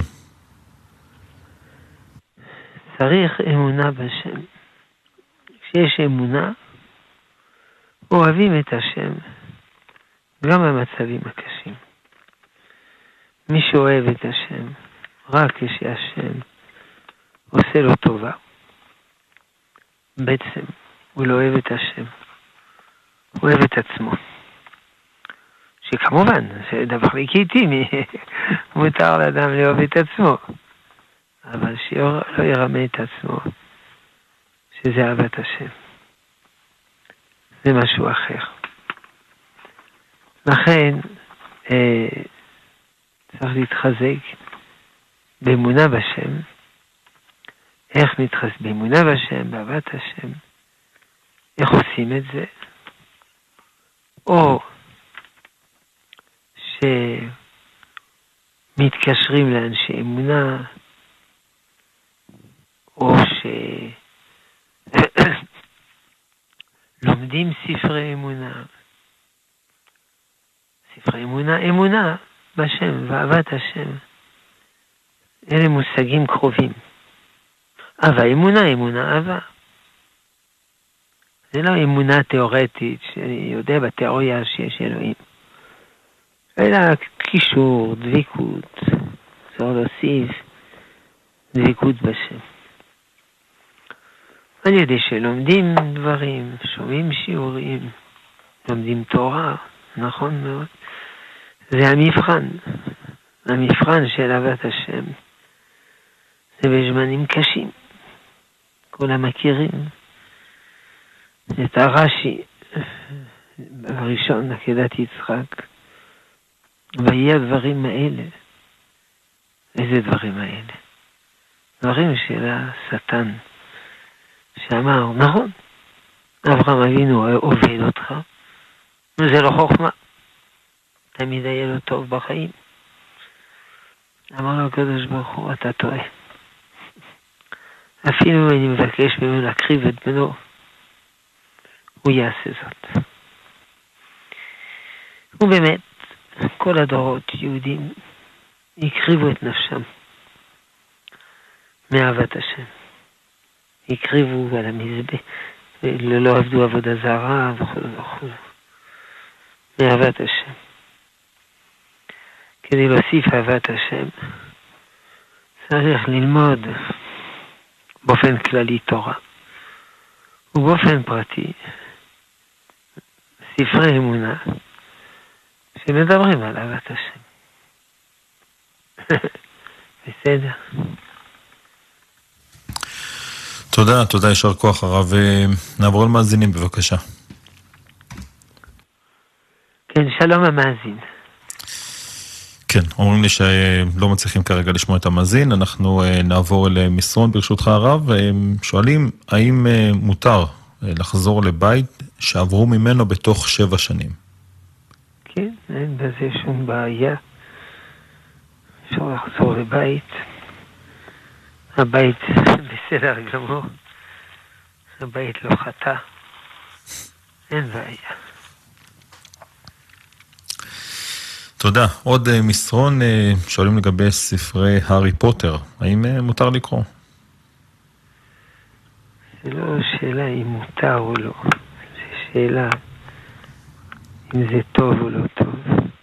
צריך אמונה בשם. כשיש אמונה, אוהבים את השם, גם במצבים הקשים. מי שאוהב את השם, רק כשהשם עושה לו טובה, בעצם הוא לא אוהב את השם, הוא אוהב את עצמו. שכמובן, זה דבר לגיטימי, מותר לאדם לאהוב את עצמו. אבל שלא ירמה את עצמו, שזה אהבת השם. זה משהו אחר. לכן, צריך להתחזק באמונה בשם. איך נתחזק באמונה בשם, באהבת השם? איך עושים את זה? או שמתקשרים לאנשי אמונה, או שלומדים ספרי אמונה. ספרי אמונה, אמונה בשם ואהבת השם. אלה מושגים קרובים. אהבה, אמונה, אמונה, אהבה. זה לא אמונה תיאורטית, שאני יודע בתיאוריה שיש אלוהים. אלא קישור, דביקות, צריך להוסיף דביקות בשם. על ידי שלומדים דברים, שומעים שיעורים, לומדים תורה, נכון מאוד. זה המבחן, המבחן של אהבת השם. זה בזמנים קשים. כולם מכירים את הרש"י הראשון, עקדת יצחק. ויהי הדברים האלה. איזה דברים האלה? דברים של השטן, שאמר, נכון, אברהם אבינו עובד אותך, וזה לא חוכמה. תמיד היה לו טוב בחיים. אמר לו הקדוש ברוך הוא, אתה טועה. אפילו אני מבקש ממנו להקריב את בנו, הוא יעשה זאת. ובאמת, כל הדורות יהודים הקריבו את נפשם מאהבת השם. הקריבו על המזבח, לא עבדו עבודה זרה וכו' וכו'. מאהבת השם. כדי להוסיף אהבת השם, צריך ללמוד באופן כללי תורה, ובאופן פרטי ספרי אמונה שמדברים על אהבת השם. בסדר. תודה, תודה, ישר כוח הרב. נעבור למאזינים בבקשה. כן, שלום המאזין. כן, אומרים לי שלא מצליחים כרגע לשמוע את המאזין, אנחנו נעבור למסרון ברשותך הרב, שואלים האם מותר לחזור לבית שעברו ממנו בתוך 7 שנים? כן, אין בזה שום בעיה. אפשר לחזור לבית. הבית בסדר גמור. הבית לא חטא. אין בעיה. תודה. עוד מסרון, שואלים לגבי ספרי הארי פוטר. האם מותר לקרוא? זה לא שאלה אם מותר או לא. זה שאלה אם זה טוב או לא טוב.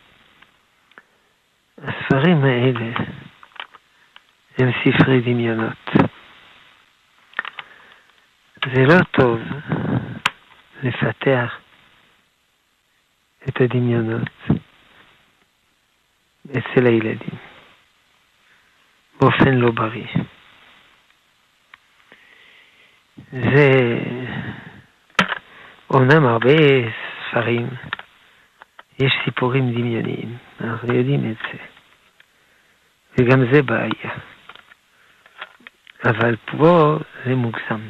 הספרים האלה הם ספרי דמיונות. זה לא טוב לפתח את הדמיונות אצל הילדים. באופן לא בריא. זה אומנם הרבה ספרים, יש סיפורים דמיוניים, אנחנו יודעים את זה. וגם זה בעיה. אבל פה זה מוגזם.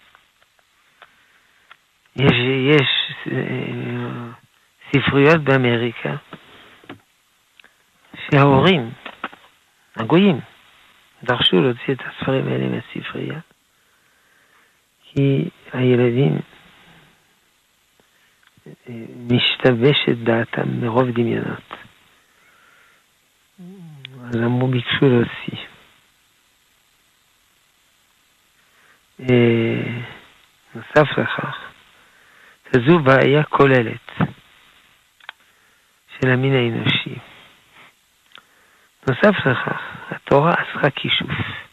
יש ספריות באמריקה שההורים, הגויים, דרשו להוציא את הספרים האלה מהספרייה, כי הילדים משתבשת דעתם מרוב דמיונות. אז אמרו ביקשו להוציא. נוסף לכך, זו בעיה כוללת של המין האנושי. נוסף לכך, התורה עשרה כישוף.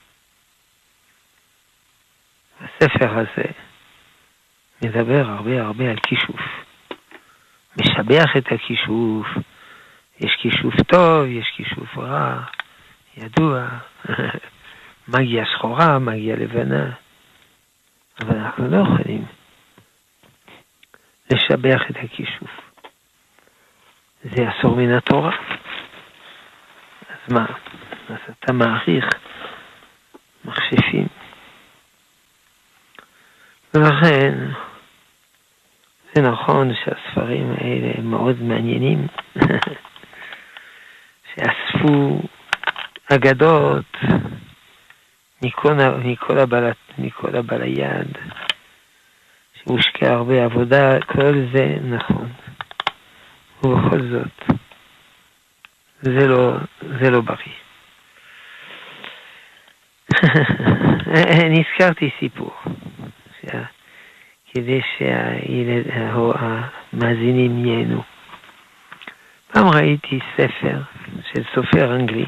הספר הזה מדבר הרבה על כישוף. משבח את הכישוף. יש כישוף טוב, יש כישוף רע, ידוע. מגיע שחורה, מגיע לבנה, אבל אנחנו לא יכולים לשבח את הכישוף. זה אסור מן התורה. אז מה? אז אתה מעריך מכשפים. ולכן, זה נכון שהספרים האלה מאוד מעניינים, שאספו אגדות מכל הבליד, שהושקע הרבה עבודה, כל זה נכון. ובכל זאת, זה לא בריא. נזכרתי סיפור, כדי שהמאזינים ייהנו. פעם ראיתי ספר של סופר אנגלי,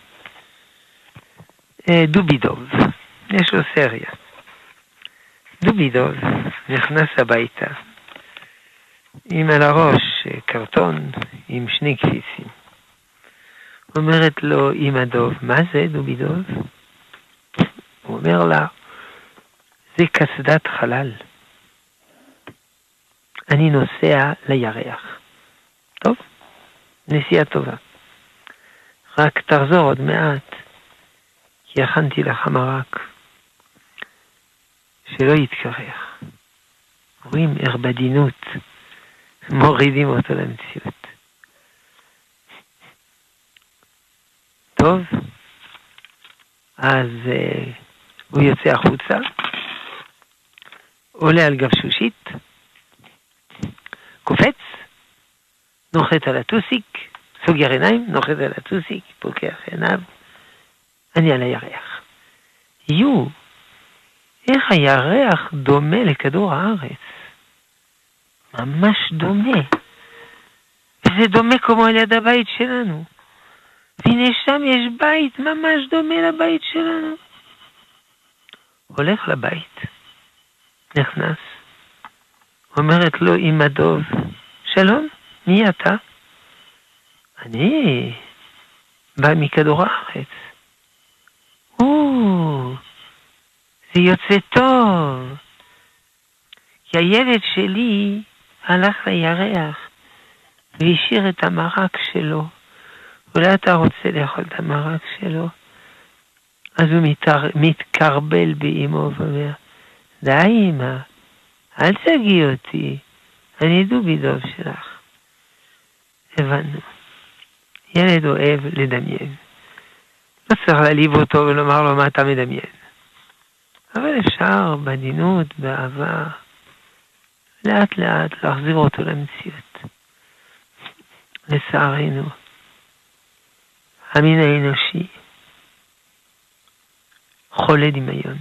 דובידוב, יש לו סריה. דובידוב נכנס הביתה, עם על הראש קרטון עם שני כפיסים. אומרת לו אמא דוב, מה זה דובידוב? הוא אומר לה, זה קסדת חלל. אני נוסע לירח. טוב, נסיעה טובה. רק תחזור עוד מעט, כי הכנתי לך מרק. שלא יתקרח. רואים איך בדינות מורידים אותו למציאות. טוב, אז הוא יוצא החוצה, עולה על גבשושית, קופץ, נוחת על הטוסיק, סוגר עיניים, נוחת על הטוסיק, פוקח עיניו, אני על הירח. איך הירח דומה לכדור הארץ? ממש דומה. וזה דומה כמו על יד הבית שלנו. והנה שם יש בית ממש דומה לבית שלנו. הולך לבית, נכנס, אומרת לו אמא דוב, שלום, מי אתה? אני בא מכדור הארץ. זה יוצא טוב. כי הילד שלי הלך לירח והשאיר את המרק שלו. אולי אתה רוצה לאכול את המרק שלו? אז הוא מתקרבל באמו ואומר, די אמא, אל תגיעי אותי, אני דובידוב שלך. הבנו. ילד אוהב לדמיין. לא צריך להליב אותו ולומר לו מה אתה מדמיין. אבל אפשר בדינות, באהבה, לאט לאט להחזיר אותו למציאות. לצערנו, המין האנושי חולה דמיון.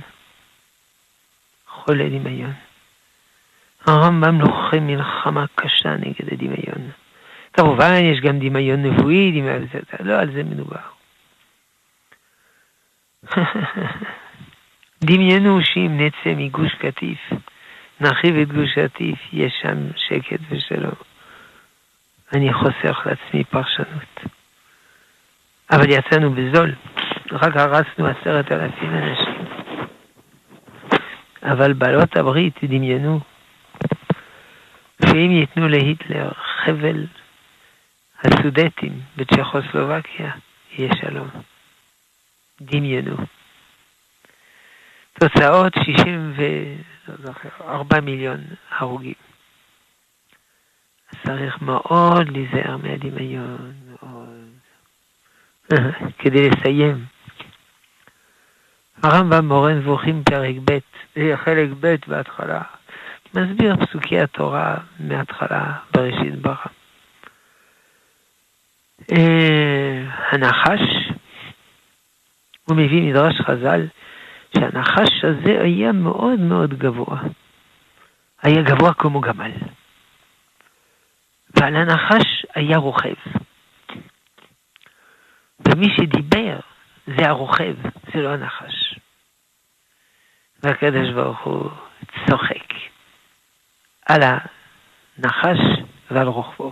חולה דמיון. הרמב"ם לוחם מלחמה קשה נגד הדמיון. כמובן יש גם דמיון נבואי, לא על זה מדובר. דמיינו שאם נצא מגוש קטיף, נרחיב את גוש קטיף, יש שם שקט ושלום. אני חוסך לעצמי פרשנות. אבל יצאנו בזול, רק הרסנו 10,000 אנשים. אבל בעלות הברית דמיינו, שאם ייתנו להיטלר חבל הסודטים בצ'כוסלובקיה, יהיה שלום. דמיינו. תוצאות 64 מיליון הרוגים. צריך מאוד להיזהר מהדמיון, מאוד. כדי לסיים. הרמב"ם מורה נבוכים פרק ב', חלק ב' בהתחלה, מסביר פסוקי התורה מההתחלה בראשית ברא. הנחש, הוא מביא מדרש חז"ל, שהנחש הזה היה מאוד מאוד גבוה. היה גבוה כמו גמל. ועל הנחש היה רוכב. ומי שדיבר זה הרוכב, זה לא הנחש. והקדוש ברוך הוא צוחק על הנחש ועל רוכבו.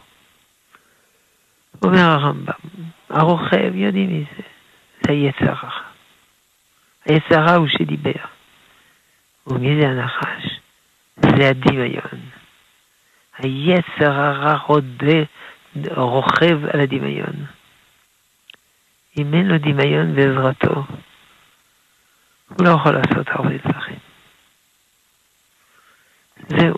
אומר הרמב"ם, הרוכב יודעים מי זה, זה יצר רע. היצר הרע הוא שדיבר. ומי זה הנחש? זה הדמיון. היצר הרע רוכב על הדמיון. אם אין לו דמיון בעזרתו, הוא לא יכול לעשות הרבה דברים. זהו.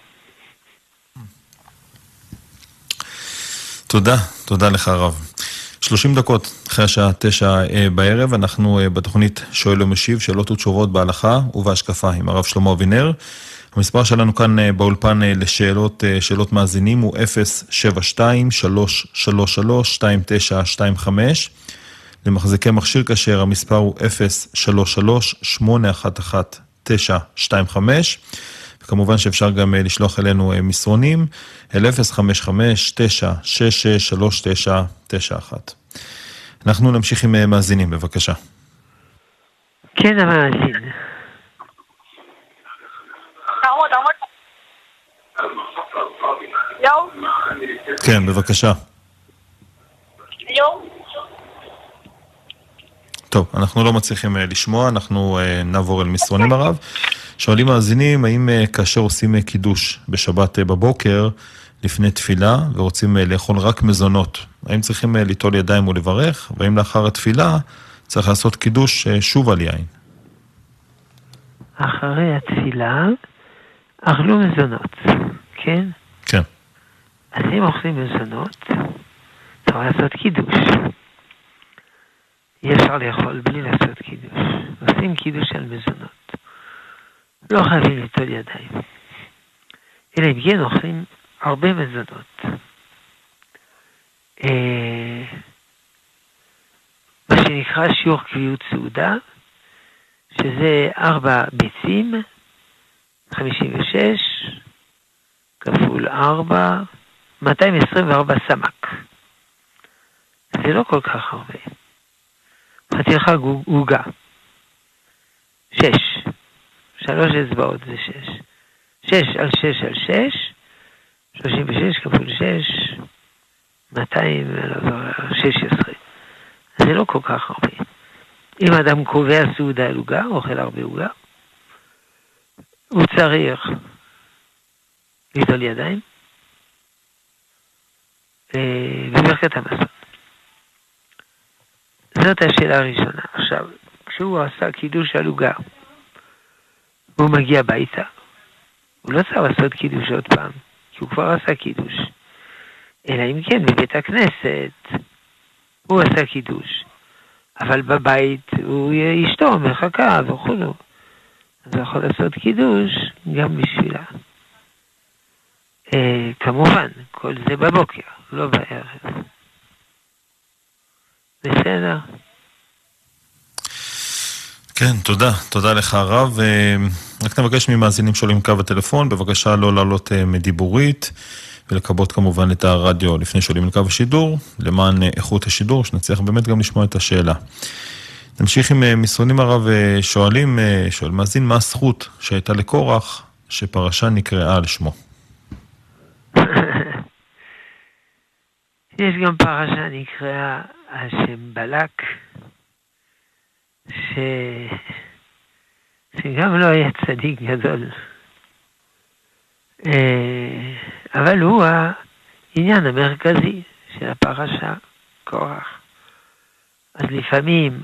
תודה לך הרב. 30 דקות אחרי השעה 9 בערב, אנחנו בתוכנית שואל ומשיב, שאלות ותשובות בהלכה ובהשקפה עם הרב שלמה אבינר. המספר שלנו כאן באולפן לשאלות מאזינים הוא 072-333-2925. למחזיקי מכשיר כשר המספר הוא 033-811-925. וכמובן שאפשר גם לשלוח אלינו מסרונים אל 055-966-3991. אנחנו נמשיך עם מאזינים, בבקשה. כן, המאזין. כן, בבקשה. טוב, אנחנו לא מצליחים לשמוע, אנחנו נעבור אל מסרונים הרב. שואלים מאזינים, האם כאשר עושים קידוש בשבת בבוקר לפני תפילה ורוצים לאכול רק מזונות, האם צריכים ליטול ידיים ולברך, והאם לאחר התפילה צריך לעשות קידוש שוב על יין? אחרי התפילה אכלו מזונות, כן? כן. אז אם אוכלים מזונות, צריך לעשות קידוש. אי אפשר לאכול בלי לעשות קידוש. עושים קידוש על מזונות. לא חייבים ליטול ידיים. אלא אם כן אוכלים הרבה מזונות. מה שנקרא שיעור קביעות סעודה, שזה 4 ביצים, 56, כפול 4, 224 סמק. זה לא כל כך הרבה. חתיכה עוגה. 6. 3 אצבעות זה 6. 6 על 6 על 6. 36 כפול 6. 216. זה לא כל כך הרבה. אם אדם קובע סעודה על עוגה, אוכל הרבה עוגה, הוא צריך ליטול ידיים בברכת המזון. זאת השאלה הראשונה. עכשיו, כשהוא עשה קידוש על עוגה, והוא מגיע הביתה, הוא לא צריך לעשות קידוש עוד פעם, כי הוא כבר עשה קידוש. אלא אם כן, בבית הכנסת, הוא עשה קידוש. אבל בבית, אשתו מחכה וכולו. אז הוא יכול לעשות קידוש גם בשבילה. כמובן, כל זה בבוקר, לא בערב. בסדר. כן, תודה לך הרב. רק נבקש ממאזינים שואלים קו הטלפון, בבקשה לא לעלות מדיבורית, ולקבות כמובן את הרדיו לפני שואלים לקו השידור, למען איכות השידור, שנצליח באמת גם לשמוע את השאלה. נמשיך עם מסרונים הרב, שואל מאזין, מה הזכות שהייתה לקורח שפרשה נקראה על שמו? יש גם פרשה נקראה על שם בלק, שגם לא היה צדיק גדול. אבל הוא העניין המרכזי של הפרשה, קורח. אז לפעמים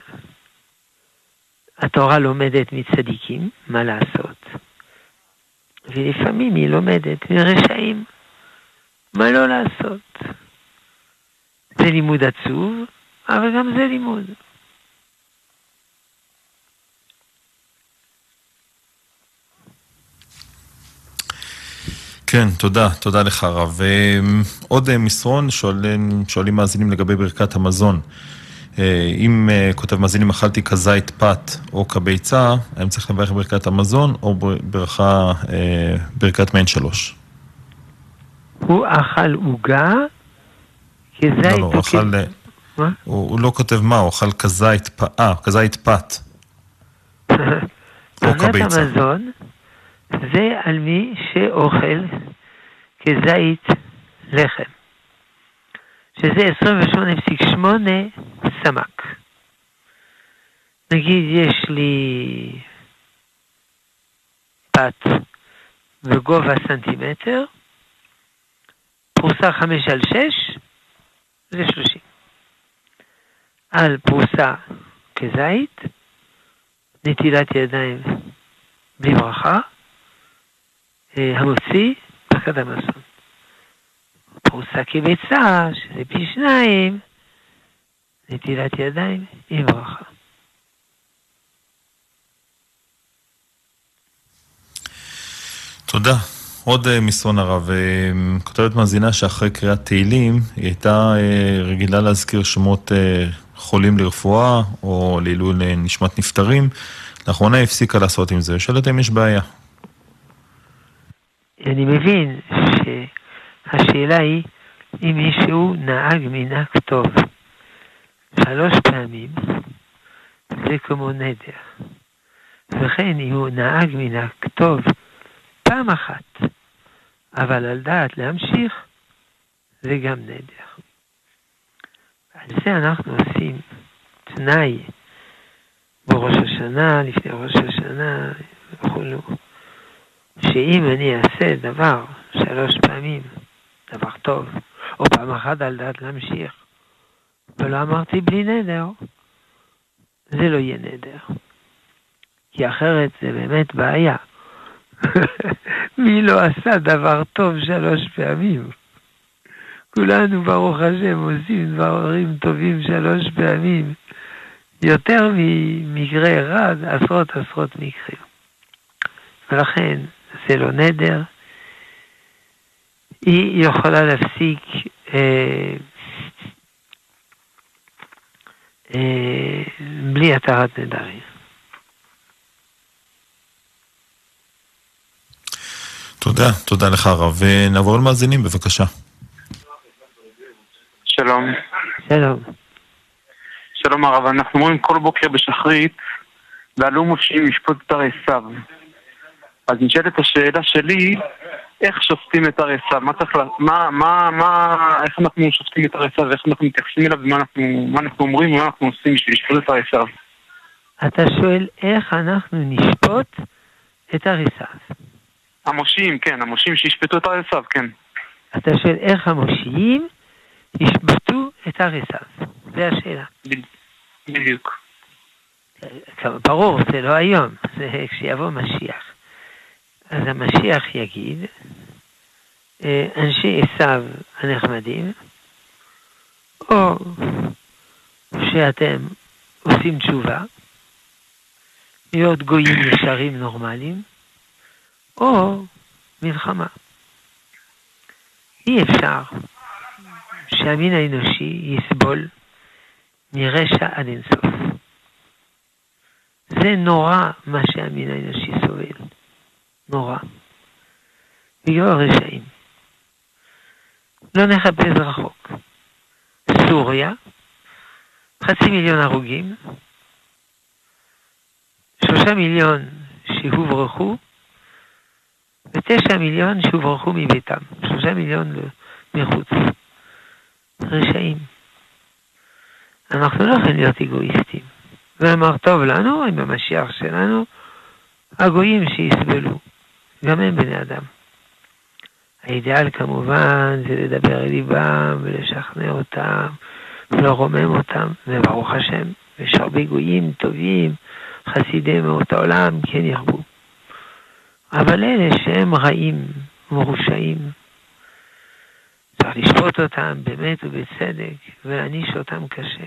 התורה לומדת מצדיקים, מה לעשות? ולפעמים היא לומדת מרשעים, מה לא לעשות? זה לימוד עצוב, אבל גם זה לימוד. כן, תודה לך הרב. עוד מסרון, שואלים מאזינים לגבי ברכת המזון. אם כותב מאזינים, אכלתי כזית פת או כביצה, האם צריך לברך ברכת המזון או ברכת מעין 3? הוא אכל עוגה, כזית לא, הוא אכל... הוא לא כותב מה, הוא אכל כזית פת. או כביצה. המזון זה על מי שאוכל כזית לחם, שזה 28.8 סמק. נגיד יש לי פת בגובה סנטימטר, פרוסה 5/6 זה 30. על פרוסה כזית, נטילת ידיים בלי ברכה, המוציא ברכת המזון. פרוסה כביצה, שזה פי 2, נטילת ידיים עם ברכה. תודה. עוד מסרון הרב, כותבת מאזינה שאחרי קריאת תהילים היא הייתה רגילה להזכיר שמות חולים לרפואה או לעילוי נשמת נפטרים. לאחרונה הפסיקה לעשות עם זה. שאלת אם יש בעיה. אני מבין שהשאלה היא אם מישהו נהג מנהג טוב 3 פעמים, זה כמו נדר. וכן אם הוא נהג מנהג טוב פעם אחת, אבל על דעת להמשיך, זה גם נדר. על זה אנחנו עושים תנאי בראש השנה, לפני ראש השנה, וכולו. שאם אני אעשה דבר 3 פעמים, דבר טוב, או פעם אחת על דעת להמשיך, ולא אמרתי בלי נדר, זה לא יהיה נדר. כי אחרת זה באמת בעיה. מי לא עשה דבר טוב 3 פעמים? כולנו ברוך השם עושים דברים טובים 3 פעמים. יותר ממקרה אחד, עשרות מקרים. ולכן זה לא נדר. היא יכולה להפסיק בלי התרת נדרים. תודה לך הרב. ונעבור על מאזינים, בבקשה. שלום. שלום הרב, אנחנו אומרים כל בוקר בשחרית, ועלו מושיעים לשפוט את הרעיסיו. אז נשאלת השאלה שלי, איך שופטים את הרעיסיו? איך אנחנו שופטים את הרעיסיו, ואיך אנחנו מתייחסים אליו, ומה אנחנו אומרים, ומה אנחנו עושים בשביל לשפוט את הרעיסיו? אתה שואל איך אנחנו נשפוט את הרעיסיו? המושיעים, כן, המושיעים שישפטו את הרעיסיו, כן. אתה שואל איך המושיעים ישפטו את הרעיסיו? זה השאלה. בדיוק. ברור, זה לא היום, זה כשיבוא משיח. אז המשיח יגיד, אנשי עשיו הנחמדים, או שאתם עושים תשובה, להיות גויים ישרים נורמליים, או מלחמה. אי אפשר שהמין האנושי יסבול מרשע עד אינסוף. זה נורא מה שהמין האנושי סובל. נורא. בגלל הרשעים. לא נחפש רחוק. סוריה, 500,000 הרוגים, 3 מיליון שהוברחו, ו9 מיליון שהוברחו מביתם. 3 מיליון מחוץ. רשעים. אנחנו לא יכולים להיות אגואיסטים. ואמר טוב לנו, עם המשיח שלנו, הגויים שיסבלו. גם הם בני אדם. האידאל כמובן זה לדבר אל ליבם ולשכנע אותם ולרומם אותם, וברוך השם, יש הרבה גויים טובים, חסידי מאות העולם, כן ירבו. אבל אלה שהם רעים, מרושעים, צריך לשפוט אותם באמת ובצדק, ולעניש אותם קשה.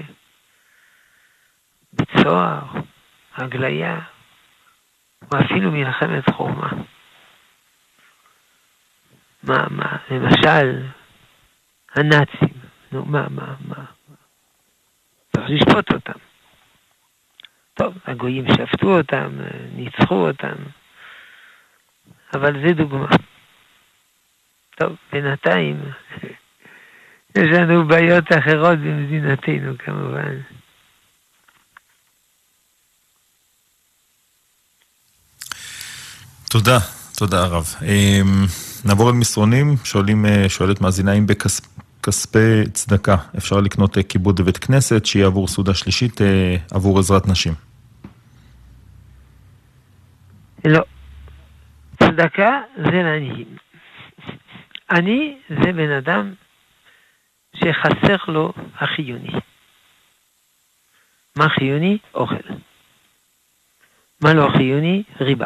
בצוהר, הגליה, ואפילו מלחמת חורמה. מה, למשל, הנאצים, נו, מה. צריך לשפוט אותם. טוב, הגויים שפטו אותם, ניצחו אותם, אבל זה דוגמה. טוב, בינתיים, יש לנו בעיות אחרות במדינתנו כמובן. תודה הרב. נעבור על מסרונים, שואלת מאזינה אם בכספי צדקה אפשר לקנות כיבוד בבית כנסת שיהיה עבור סעודה שלישית עבור עזרת נשים. לא. צדקה זה לעניים. עני זה בן אדם שחסר לו החיוני. מה חיוני? אוכל. מה לא חיוני? ריבה.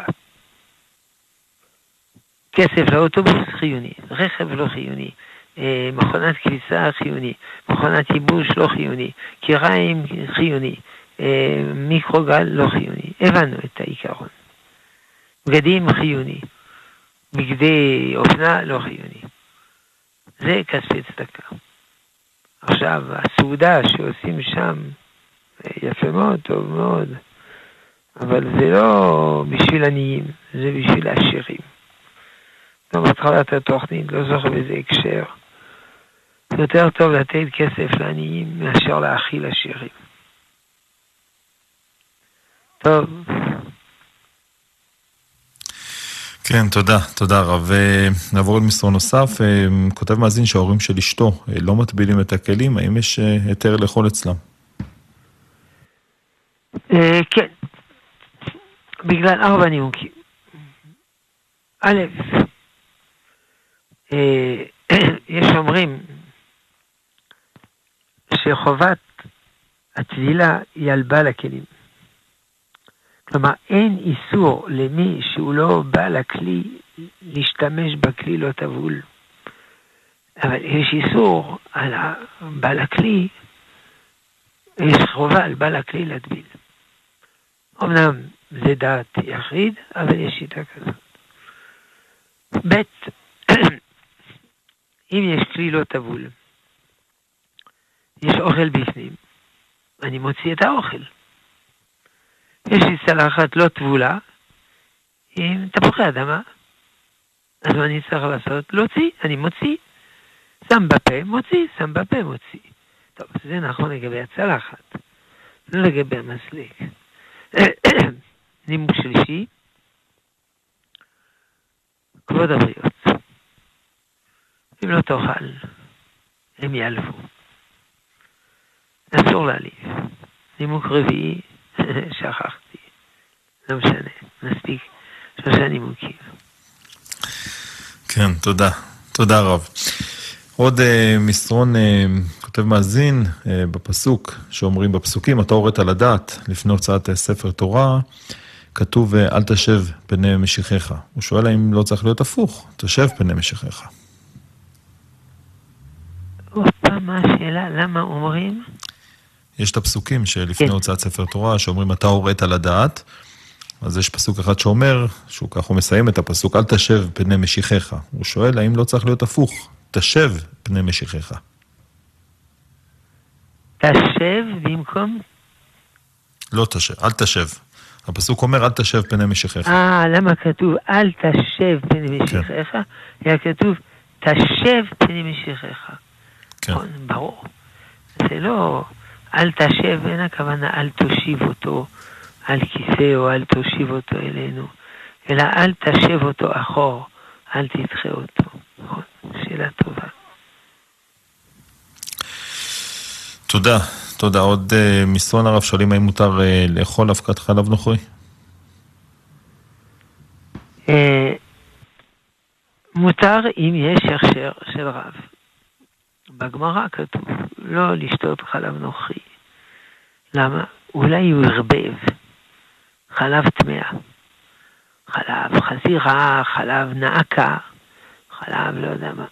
כסף לאוטובוס חיוני. רכב לא חיוני. מכונת כביסה חיוני. מכונת ייבוש לא חיוני. קיריים חיוני. מיקרוגל לא חיוני. הבנו את העיקרון. בגדים חיוני. בגדי אופנה לא חיוני. זה כספי צדקה. עכשיו, הסעודה שעושים שם יפה מאוד, טוב מאוד, אבל זה לא בשביל עניים, זה בשביל עשירים. לא בהתחלת התוכנית, לא זוכר באיזה הקשר. יותר טוב לתת כסף לעניים מאשר להאכיל עשירים. טוב. כן, תודה רב. נעבור למסרון נוסף. כותב מאזין שההורים של אשתו לא מטבילים את הכלים, האם יש היתר לאכול אצלם? כן, בגלל 4 נימוקים. א', יש אומרים שחובת הטבילה היא על בעל הכלים. כלומר, אין איסור למי שהוא לא בעל הכלי להשתמש בכלי לא טבול. אבל יש איסור על בעל הכלי, יש חובה על בעל הכלי להטביל. אמנם זה דעת יחיד, אבל יש שיטה כזאת. ב', אם יש כלי לא טבול, יש אוכל בפנים, אני מוציא את האוכל. יש לי צלחת לא טבולה עם תפוחי אדמה, אז מה אני צריך לעשות? להוציא, אני מוציא. שם בפה, מוציא, שם בפה, מוציא. טוב, זה נכון לגבי הצלחת, לא לגבי המסליק. נימוק שלישי, כבוד הבריות. אם לא תאכל, הם יעלבו. אסור להעליב. נימוק רביעי, שכחתי. לא משנה, מספיק 3 נימוקים. כן, תודה רב. עוד מסרון כותב מאזין בפסוק, שאומרים בפסוקים, אתה הורית לדעת לפני הוצאת ספר תורה, כתוב אל תשב פני משיחיך. הוא שואל האם לא צריך להיות הפוך, תשב פני משיחיך. עוד פעם מה השאלה, למה אומרים? יש את הפסוקים שלפני הוצאת ספר תורה, שאומרים אתה הורית לדעת, אז יש פסוק אחד שאומר, שהוא כך הוא מסיים את הפסוק, אל תשב פני משיחיך. הוא שואל האם לא צריך להיות הפוך, תשב פני משיחיך. תשב במקום? לא תשב, אל תשב. הפסוק אומר אל תשב פני משיחיך. למה כתוב אל תשב פני משיחיך? היה כתוב תשב פני משיחיך. כן. ברור. זה לא אל תשב, אין הכוונה אל תושיב אותו על כיסא או אל תושיב אותו אלינו, אלא אל תשב אותו אחור, אל תדחה אותו. נכון, שאלה טובה. תודה. עוד מסרון הרב שואלים האם מותר לאכול אבקת חלב נוכרי? מותר אם יש הכשר של רב. בגמרא כתוב לא לשתות חלב נוכרי. למה? אולי הוא הרבב חלב טמאה, חלב חזירה, חלב נעקה, חלב לא יודע מה.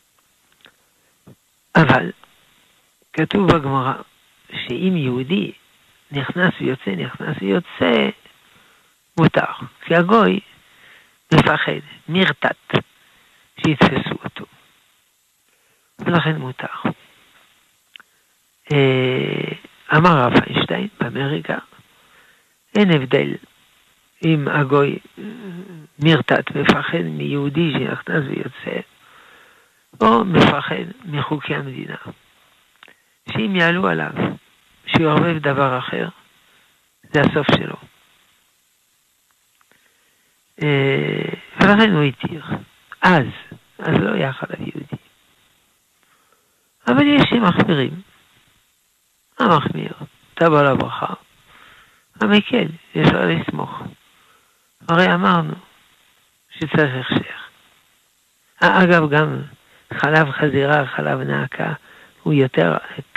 אבל כתוב בגמרא שאם יהודי נכנס ויוצא, מותר. כי הגוי מפחד, מרתת, שיתפסו אותו. ולכן מותר. אמר רב איינשטיין באמריקה, אין הבדל אם הגוי מרתת מפחד מיהודי שנכנס ויוצא, או מפחד מחוקי המדינה. שאם יעלו עליו, שהוא יערבב דבר אחר, זה הסוף שלו. ולכן הוא התיר. אז לא יחד היהודי. אבל יש שמחמירים. המחמיר, תבוא לברכה. המקל, יש לו לסמוך. הרי אמרנו שצריך הכשר. אגב, גם חלב חזירה, חלב נעקה, הוא יותר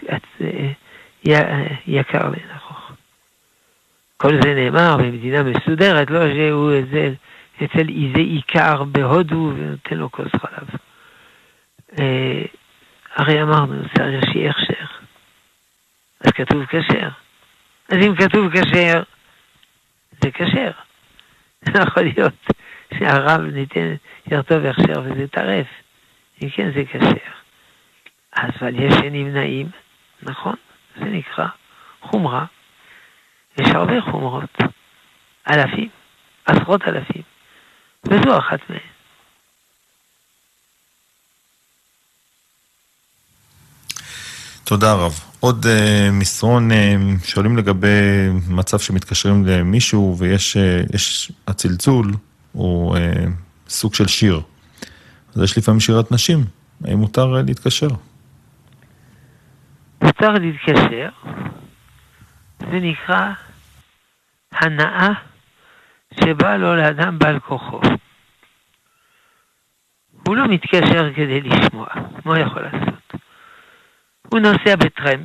יקר לנכוח. כל זה נאמר במדינה מסודרת, לא שהוא אצל איזה עיקר בהודו ונותן לו כוס חלב. הרי אמרנו, צריך שיהיה הכשר. אז כתוב כשר. אז אם כתוב כשר, זה כשר. יכול להיות שהרב ניתן ירטוב הכשר וזה טרף. אם כן, זה כשר. אבל יש שנמנעים, נכון? זה נקרא חומרה. יש הרבה חומרות. אלפים, עשרות אלפים. וזו אחת מהן. תודה רב. עוד מסרון, שואלים לגבי מצב שמתקשרים למישהו ויש הצלצול, הוא סוג של שיר. אז יש לפעמים שירת נשים. האם מותר להתקשר? מותר להתקשר. זה נקרא הנאה שבא לו לאדם בעל כוחו. הוא לא מתקשר כדי לשמוע. מה הוא יכול לעשות? הוא נוסע בטרמפ,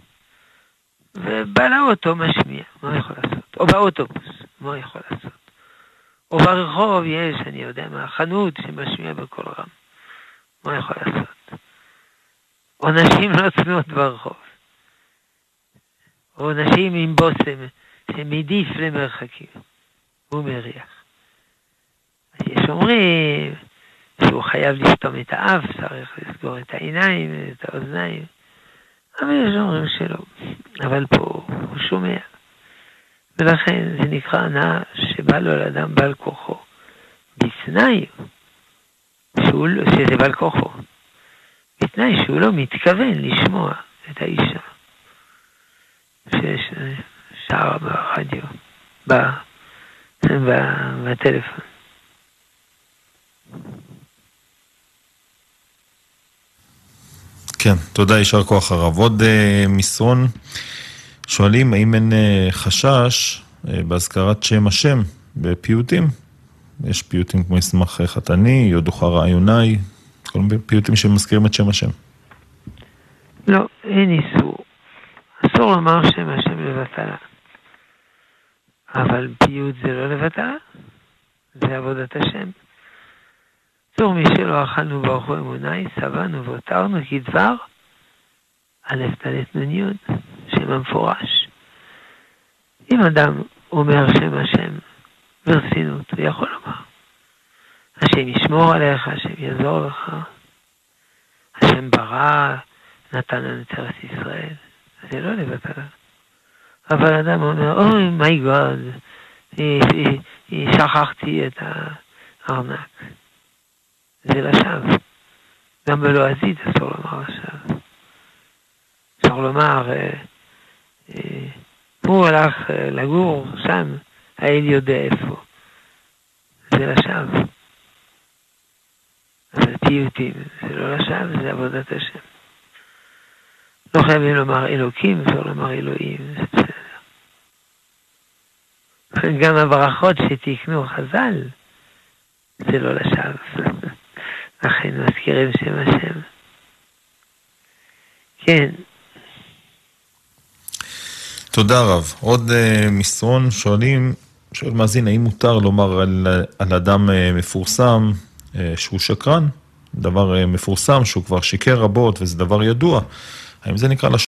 ובא לאוטו משמיע. מה הוא יכול לעשות? או באוטובוס. מה הוא יכול לעשות? או ברחוב יש, אני יודע מה, חנות שמשמיע בכל רם. מה הוא יכול לעשות? או נשים לא צנועות ברחוב. או נשים עם בוסם, שמדיף למרחקים. הוא מריח. יש אומרים שהוא חייב לסתום את האף, צריך לסגור את העיניים, את האוזניים. אבל יש אומרים שלא. אבל פה הוא שומע. ולכן זה נקרא הנאה שבא לו לאדם בעל כוחו. בתנאי שזה בעל כוחו. בתנאי שהוא לא מתכוון לשמוע את האישה. שיש שרה ברדיו, בטלפון. כן, תודה, יישר כוח הרב. עוד מסרון, שואלים האם אין חשש בהזכרת שם השם בפיוטים. יש פיוטים כמו ישמח חתני, יודוך רעיוני, כל מיני פיוטים שמזכירים את שם השם. לא, אין איסור. אסור לומר שם השם לבטלה. אבל פיוט זה לא לבטלה, זה עבודת השם. צור מי שלא אכלנו ברכו אמוני, סבנו והותרנו כדבר, א' תלת נ' שם המפורש. אם אדם אומר שם השם ברצינות, הוא יכול לומר, השם ישמור עליך, השם יעזור לך, השם ברא, נתן לנו את ארץ ישראל. זה לא לבטלה. אבל אדם אומר, אוי, מי גוד, שכחתי את הארנק. זה לשווא. גם בלועזית אסור לומר לשווא. אסור לומר, הוא הלך לגור שם, האל יודע איפה. זה לשווא. אבל פיוטים, זה לא לשווא, זה עבודת השם. לא חייבים לומר אלוקים, אפשר לומר אלוהים, זה בסדר. גם הברכות שתקנו חז"ל, זה לא לשווא. לכן מזכירים שם השם. כן. תודה רב. עוד מסרון שואל מאזין, האם מותר לומר על אדם מפורסם שהוא שקרן? דבר מפורסם שהוא כבר שיקר רבות וזה דבר ידוע. האם זה נקרא לשון?